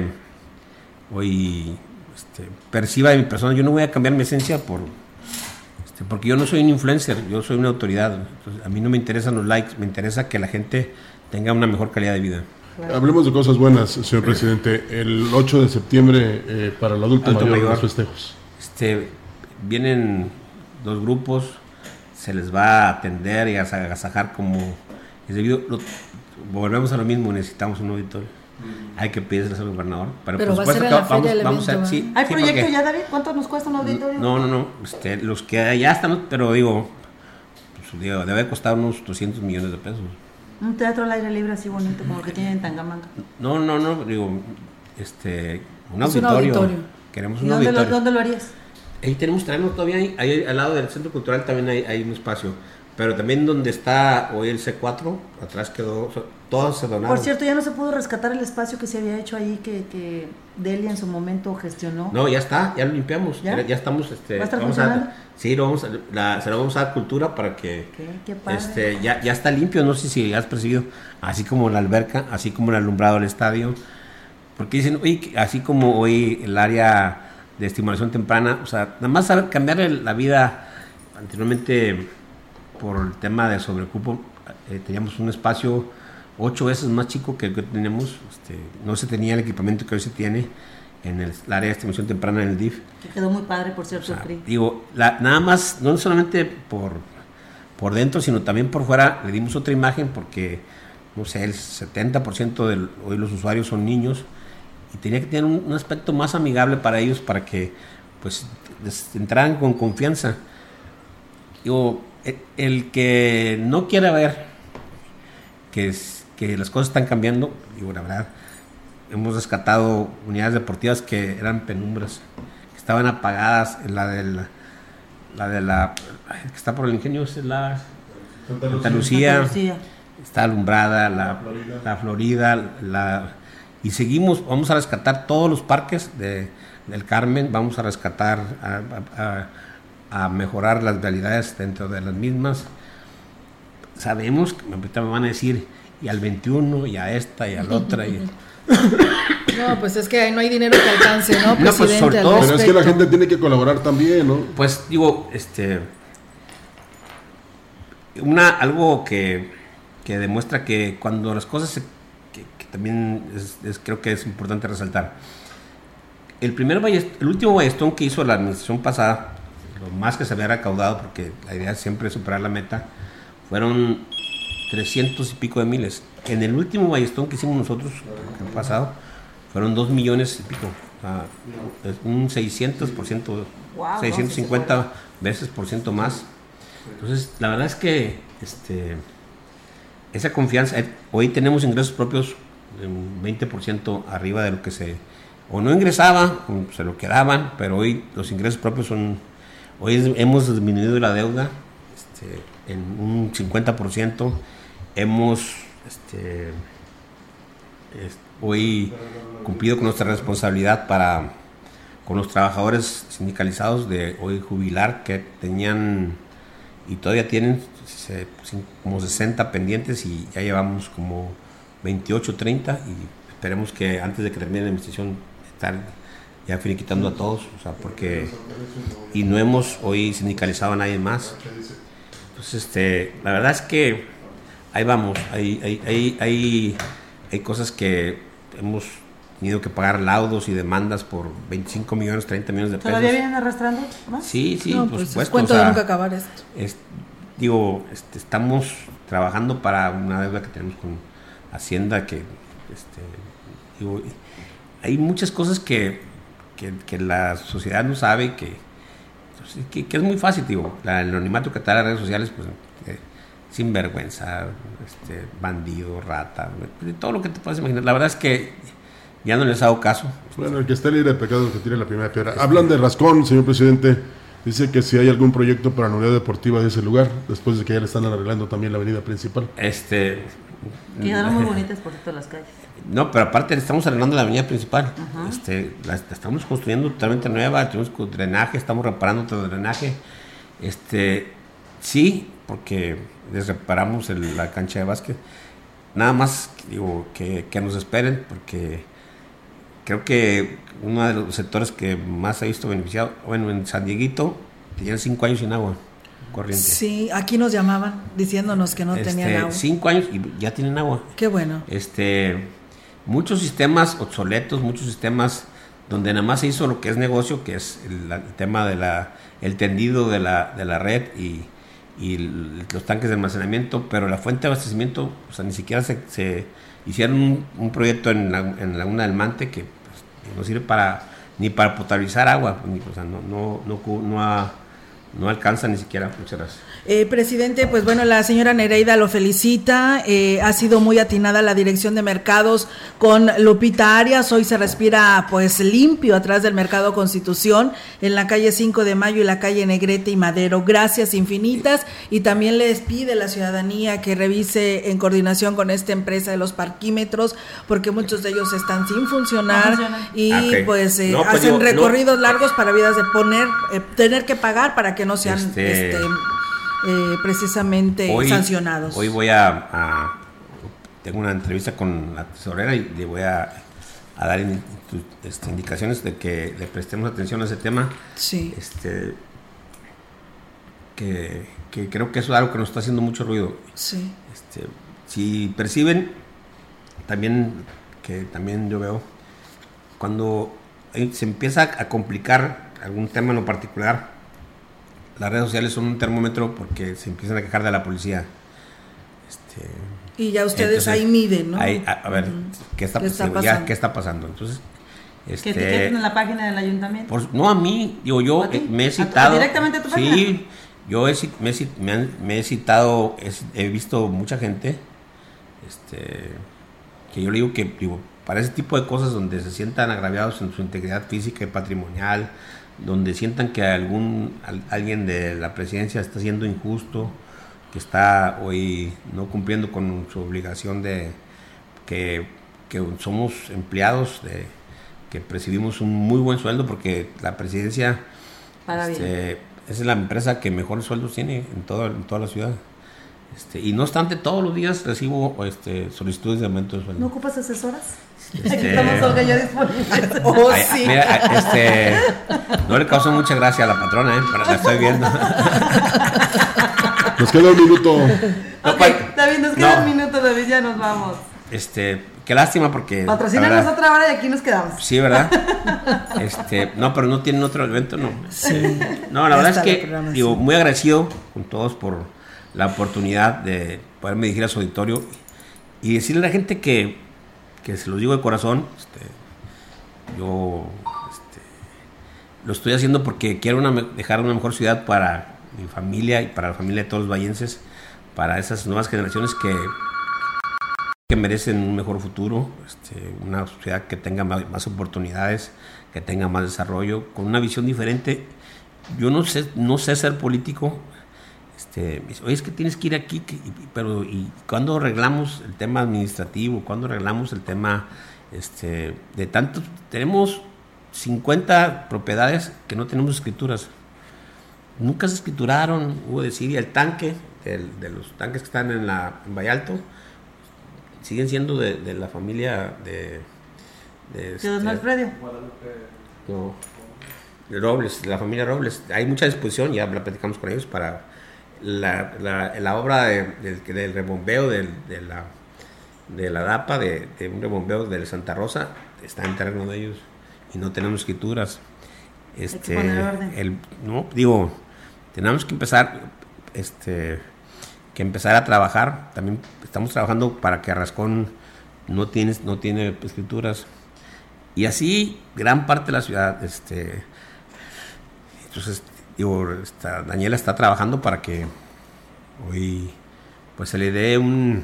hoy este, perciba de mi persona. Yo no voy a cambiar mi esencia por este, porque yo no soy un influencer, yo soy una autoridad. Entonces, a mí no me interesan los likes, me interesa que la gente tenga una mejor calidad de vida. Claro. Hablemos de cosas buenas, señor presidente. El ocho de septiembre eh, para el adulto, adulto mayor, mayor, los festejos. Este, vienen dos grupos, se les va a atender y a agasajar como es debido. Lo, volvemos a lo mismo, necesitamos un auditorio. Mm. Hay que pedirles al gobernador. Pero, pero por va supuesto a ser que vamos, evento, vamos a. Sí, ¿Hay sí, proyecto porque, ya, David? ¿Cuánto nos cuesta un auditorio? No, no, no. Este, los que ya están, pero digo, pues, digo, debe costar unos doscientos millones de pesos. Un teatro al aire libre así bonito como el que tienen en Tangamanga. No, no, no, digo, este, un es auditorio. Un auditorio. Queremos un ¿Dónde auditorio. Lo, ¿Dónde lo harías? Ahí tenemos terreno todavía, ahí, ahí al lado del Centro Cultural también hay, hay un espacio. Pero también donde está hoy el C cuatro, atrás quedó, todos se donaron. Por cierto, ya no se pudo rescatar el espacio que se había hecho ahí, que, que Delia en su momento gestionó. No, ya está, ya lo limpiamos, ya, ya, ya estamos, este, ¿Va a estar vamos funcionando? a, sí, lo vamos a, la, se lo vamos a dar cultura para que, ¿Qué? Qué padre. este, ya, ya está limpio, no sé si has percibido, así como la alberca, así como el alumbrado del estadio, porque dicen, oye, así como hoy el área de estimulación temprana, o sea, nada más saber cambiar el, la vida, anteriormente por el tema de sobrecupo, eh, teníamos un espacio ocho veces más chico que el que tenemos, este, no se tenía el equipamiento que hoy se tiene en el, el área de estimulación temprana en el D I F. Que quedó muy padre, por cierto, o sea, el C R I. Digo, la, nada más, no solamente por, por dentro, sino también por fuera, le dimos otra imagen porque, no sé, el setenta por ciento de hoy los usuarios son niños y tenía que tener un, un aspecto más amigable para ellos, para que, pues, les entraran con confianza. Digo, el, el que no quiera ver que, es, que las cosas están cambiando, digo, la verdad, hemos rescatado unidades deportivas que eran penumbras, que estaban apagadas, la de la, la de la que está por el ingenio, es la Santa Lucía, Santa Lucía, Santa Lucía. Está alumbrada, la, la Florida, la, Florida la, y seguimos, vamos a rescatar todos los parques de, del Carmen, vamos a rescatar, a, a, a mejorar las realidades dentro de las mismas. Sabemos, ahorita me van a decir, y al veintiuno, y a esta, y a la otra. Y... No, pues es que ahí no hay dinero que alcance, ¿no, presidente? No, pues sobre todo, pero es que la gente tiene que colaborar también, ¿no? Pues digo, este, una algo que, que demuestra que cuando las cosas se, que, que también es, es, creo que es importante resaltar. El primer ballest, el último ballestón que hizo la administración pasada, lo más que se había recaudado, porque la idea siempre es superar la meta, fueron trescientos y pico de miles. En el último ballestón que hicimos nosotros, el pasado, fueron dos millones y pico. O sea, es un seiscientos por ciento, wow, seiscientos cincuenta no, veces por ciento más. Entonces, la verdad es que este, esa confianza, hoy tenemos ingresos propios un veinte por ciento arriba de lo que se, o no ingresaba, o se lo quedaban, pero hoy los ingresos propios son, hoy hemos disminuido la deuda este, en un cincuenta por ciento, hemos este, es, hoy cumplido con nuestra responsabilidad para con los trabajadores sindicalizados de hoy jubilar, que tenían y todavía tienen se, como sesenta pendientes, y ya llevamos como veintiocho, treinta, y esperemos que antes de que termine la administración estar ya finiquitando a todos, o sea, porque y no hemos hoy sindicalizado a nadie más. Entonces, este, la verdad es que ahí vamos, hay, hay, hay, hay, hay cosas que hemos tenido que pagar laudos y demandas por veinticinco millones, treinta millones de pesos. ¿Todavía vienen arrastrando más? Sí, sí, no, por pues supuesto. Es cuento o sea, de nunca acabar esto. Es, digo, este, estamos trabajando para una deuda que tenemos con Hacienda, que este, digo, hay muchas cosas que, que, que la sociedad no sabe, que, que, que es muy fácil, digo, la, el anonimato que está en las redes sociales, pues eh, sinvergüenza, este, bandido, rata, todo lo que te puedas imaginar. La verdad es que ya no les hago caso. Bueno, el que esté libre de pecado que tire la primera piedra. Este, Hablan de Rascón, señor presidente. Dice que si hay algún proyecto para la unidad deportiva de ese lugar, después de que ya le están arreglando también la avenida principal. Este... Quedaron muy bonitas por todas las calles. No, pero aparte le estamos arreglando la avenida principal. Uh-huh. Este, la, la estamos construyendo totalmente nueva, tenemos drenaje, estamos reparando otro drenaje. Este, sí, porque les reparamos el, la cancha de básquet. Nada más digo que, que nos esperen, porque creo que uno de los sectores que más ha visto beneficiado, bueno, en San Dieguito, tenían cinco años sin agua corriente. Sí, aquí nos llamaban diciéndonos que no este, tenían agua. Cinco años y ya tienen agua. Qué bueno. Este, muchos sistemas obsoletos, muchos sistemas donde nada más se hizo lo que es negocio, que es el, el tema de la, el tendido de la, de la red y, y los tanques de almacenamiento, pero la fuente de abastecimiento, o sea, ni siquiera se, se hicieron un, un proyecto en la, en la Laguna del Mante que pues, no sirve para ni para potabilizar agua, ni, o sea, no, no, no, no, ha, no alcanza ni siquiera. Muchas gracias. Eh, presidente, pues bueno, la señora Nereida lo felicita, eh, ha sido muy atinada la dirección de mercados con Lupita Arias, hoy se respira pues limpio atrás del Mercado Constitución, en la calle cinco de mayo y la calle Negrete y Madero, gracias infinitas, y también les pide a la ciudadanía que revise en coordinación con esta empresa de los parquímetros, porque muchos de ellos están sin funcionar y okay. pues, eh, no, pues hacen yo, recorridos no. largos para vidas de poner, eh, tener que pagar para que no sean este... este Eh, precisamente hoy, sancionados. Hoy voy a, a tengo una entrevista con la tesorera y le voy a, a dar in, este, indicaciones de que le prestemos atención a ese tema. Sí. Este, que, que creo que eso es algo que nos está haciendo mucho ruido. Sí. Este, si perciben, también que también yo veo cuando se empieza a complicar algún tema en lo particular, las redes sociales son un termómetro porque se empiezan a quejar de la policía. Este, y ya ustedes entonces, ahí miden, ¿no? Ahí, a, a ver, ¿qué está, ¿Qué, está ya, ¿qué está pasando? Entonces, este, ¿que te queden en la página del ayuntamiento? Por, no, a mí, digo, yo eh, me he citado. ¿Directamente a tu página? Sí, yo he, me, he, me, han, me he citado, he, he visto mucha gente, este, que yo le digo que, digo, para ese tipo de cosas donde se sientan agraviados en su integridad física y patrimonial, donde sientan que algún alguien de la presidencia está siendo injusto, que está hoy no cumpliendo con su obligación de que, que somos empleados, de, que percibimos un muy buen sueldo, porque la presidencia este, es la empresa que mejores sueldos tiene en, todo, en toda la ciudad. Este, y no obstante, todos los días recibo este, solicitudes de aumento de sueldo. ¿No ocupas asesoras? Este, Aquí estamos Olga ya disponibles. Oh, ay, sí. Mira, este, no le causó mucha gracia a la patrona, ¿eh? Pero la estoy viendo. Nos queda un minuto. No, Ok, pa- David, nos queda no. un minuto, David, ya nos vamos. Este, qué lástima porque... la Patrocínanos verdad- otra hora y aquí nos quedamos. Sí, ¿verdad? Este, no, pero no tienen otro evento, no. Sí. No, la Ya verdad es está la que, programación. digo, muy agradecido con todos por la oportunidad de poderme dirigir a su auditorio y decirle a la gente que, que se los digo de corazón, este, yo este, lo estoy haciendo porque quiero una, me- dejar una mejor ciudad para mi familia y para la familia de todos los vallenses, para esas nuevas generaciones que que merecen un mejor futuro, este, una sociedad que tenga más, más oportunidades, que tenga más desarrollo, con una visión diferente. Yo no sé, no sé ser político. Este, me dice, oye, es que tienes que ir aquí, que- y- pero ¿y cuándo arreglamos el tema administrativo? ¿Cuándo arreglamos el tema este, de tantos? Tenemos cincuenta propiedades que no tenemos escrituras. Nunca se escrituraron, hubo decir, y el tanque, del- de los tanques que están en, la, en Vallalto, siguen siendo de, de la familia de... de ¿De don Alfredo? no, de Robles, de la familia Robles. Hay mucha disposición, ya la platicamos con ellos, para la, la, la obra de, del, del rebombeo del, de, la, de la D A P A, de, de un rebombeo de Santa Rosa, está en terreno de ellos y no tenemos escrituras. Este, Hay que poner orden. el, no, digo, tenemos que empezar, este, que empezar a trabajar. También estamos trabajando para que Arrascón no tiene, no tiene escrituras. Y así gran parte de la ciudad, este, entonces, digo, está, Daniela está trabajando para que hoy pues se le dé un,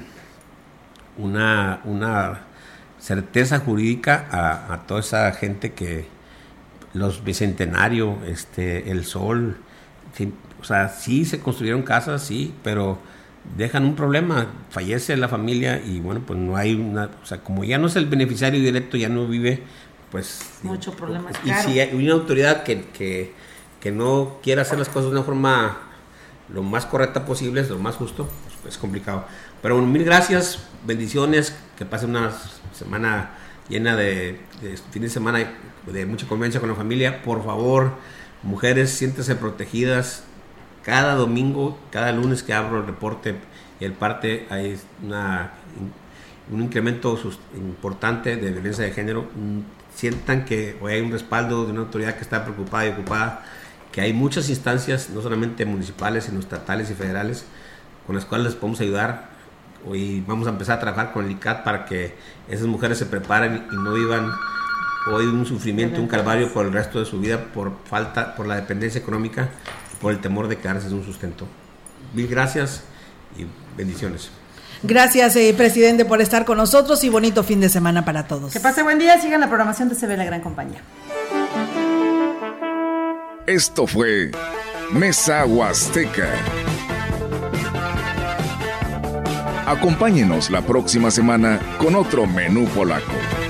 una, una certeza jurídica a, a toda esa gente que los Bicentenario, este, el Sol, sí, o sea, sí se construyeron casas, sí, pero dejan un problema, fallece la familia y bueno, pues no hay una, o sea, como ya no es el beneficiario directo, ya no vive, pues... Mucho problema. Y Claro. si hay una autoridad que, que, que no quiere hacer las cosas de una forma lo más correcta posible, es lo más justo, pues es complicado. Pero bueno, mil gracias, bendiciones, que pasen una semana llena de, de fin de semana de mucha convivencia con la familia. Por favor, mujeres, siéntense protegidas. Cada domingo, cada lunes que abro el reporte y el parte, hay una, un incremento sus- importante de violencia de género. Mm, Sientan que hoy hay un respaldo de una autoridad que está preocupada y ocupada, que hay muchas instancias, no solamente municipales, sino estatales y federales, con las cuales les podemos ayudar. Hoy vamos a empezar a trabajar con el I C A T para que esas mujeres se preparen y no vivan hoy un sufrimiento, un calvario por el resto de su vida por falta, por la dependencia económica, por el temor de quedarse sin un sustento. Mil gracias y bendiciones. Gracias, eh, presidente, por estar con nosotros y bonito fin de semana para todos. Que pase buen día, sigan la programación de Se Ve la Gran Compañía. Esto fue Mesa Huasteca. Acompáñenos la próxima semana con otro menú polaco.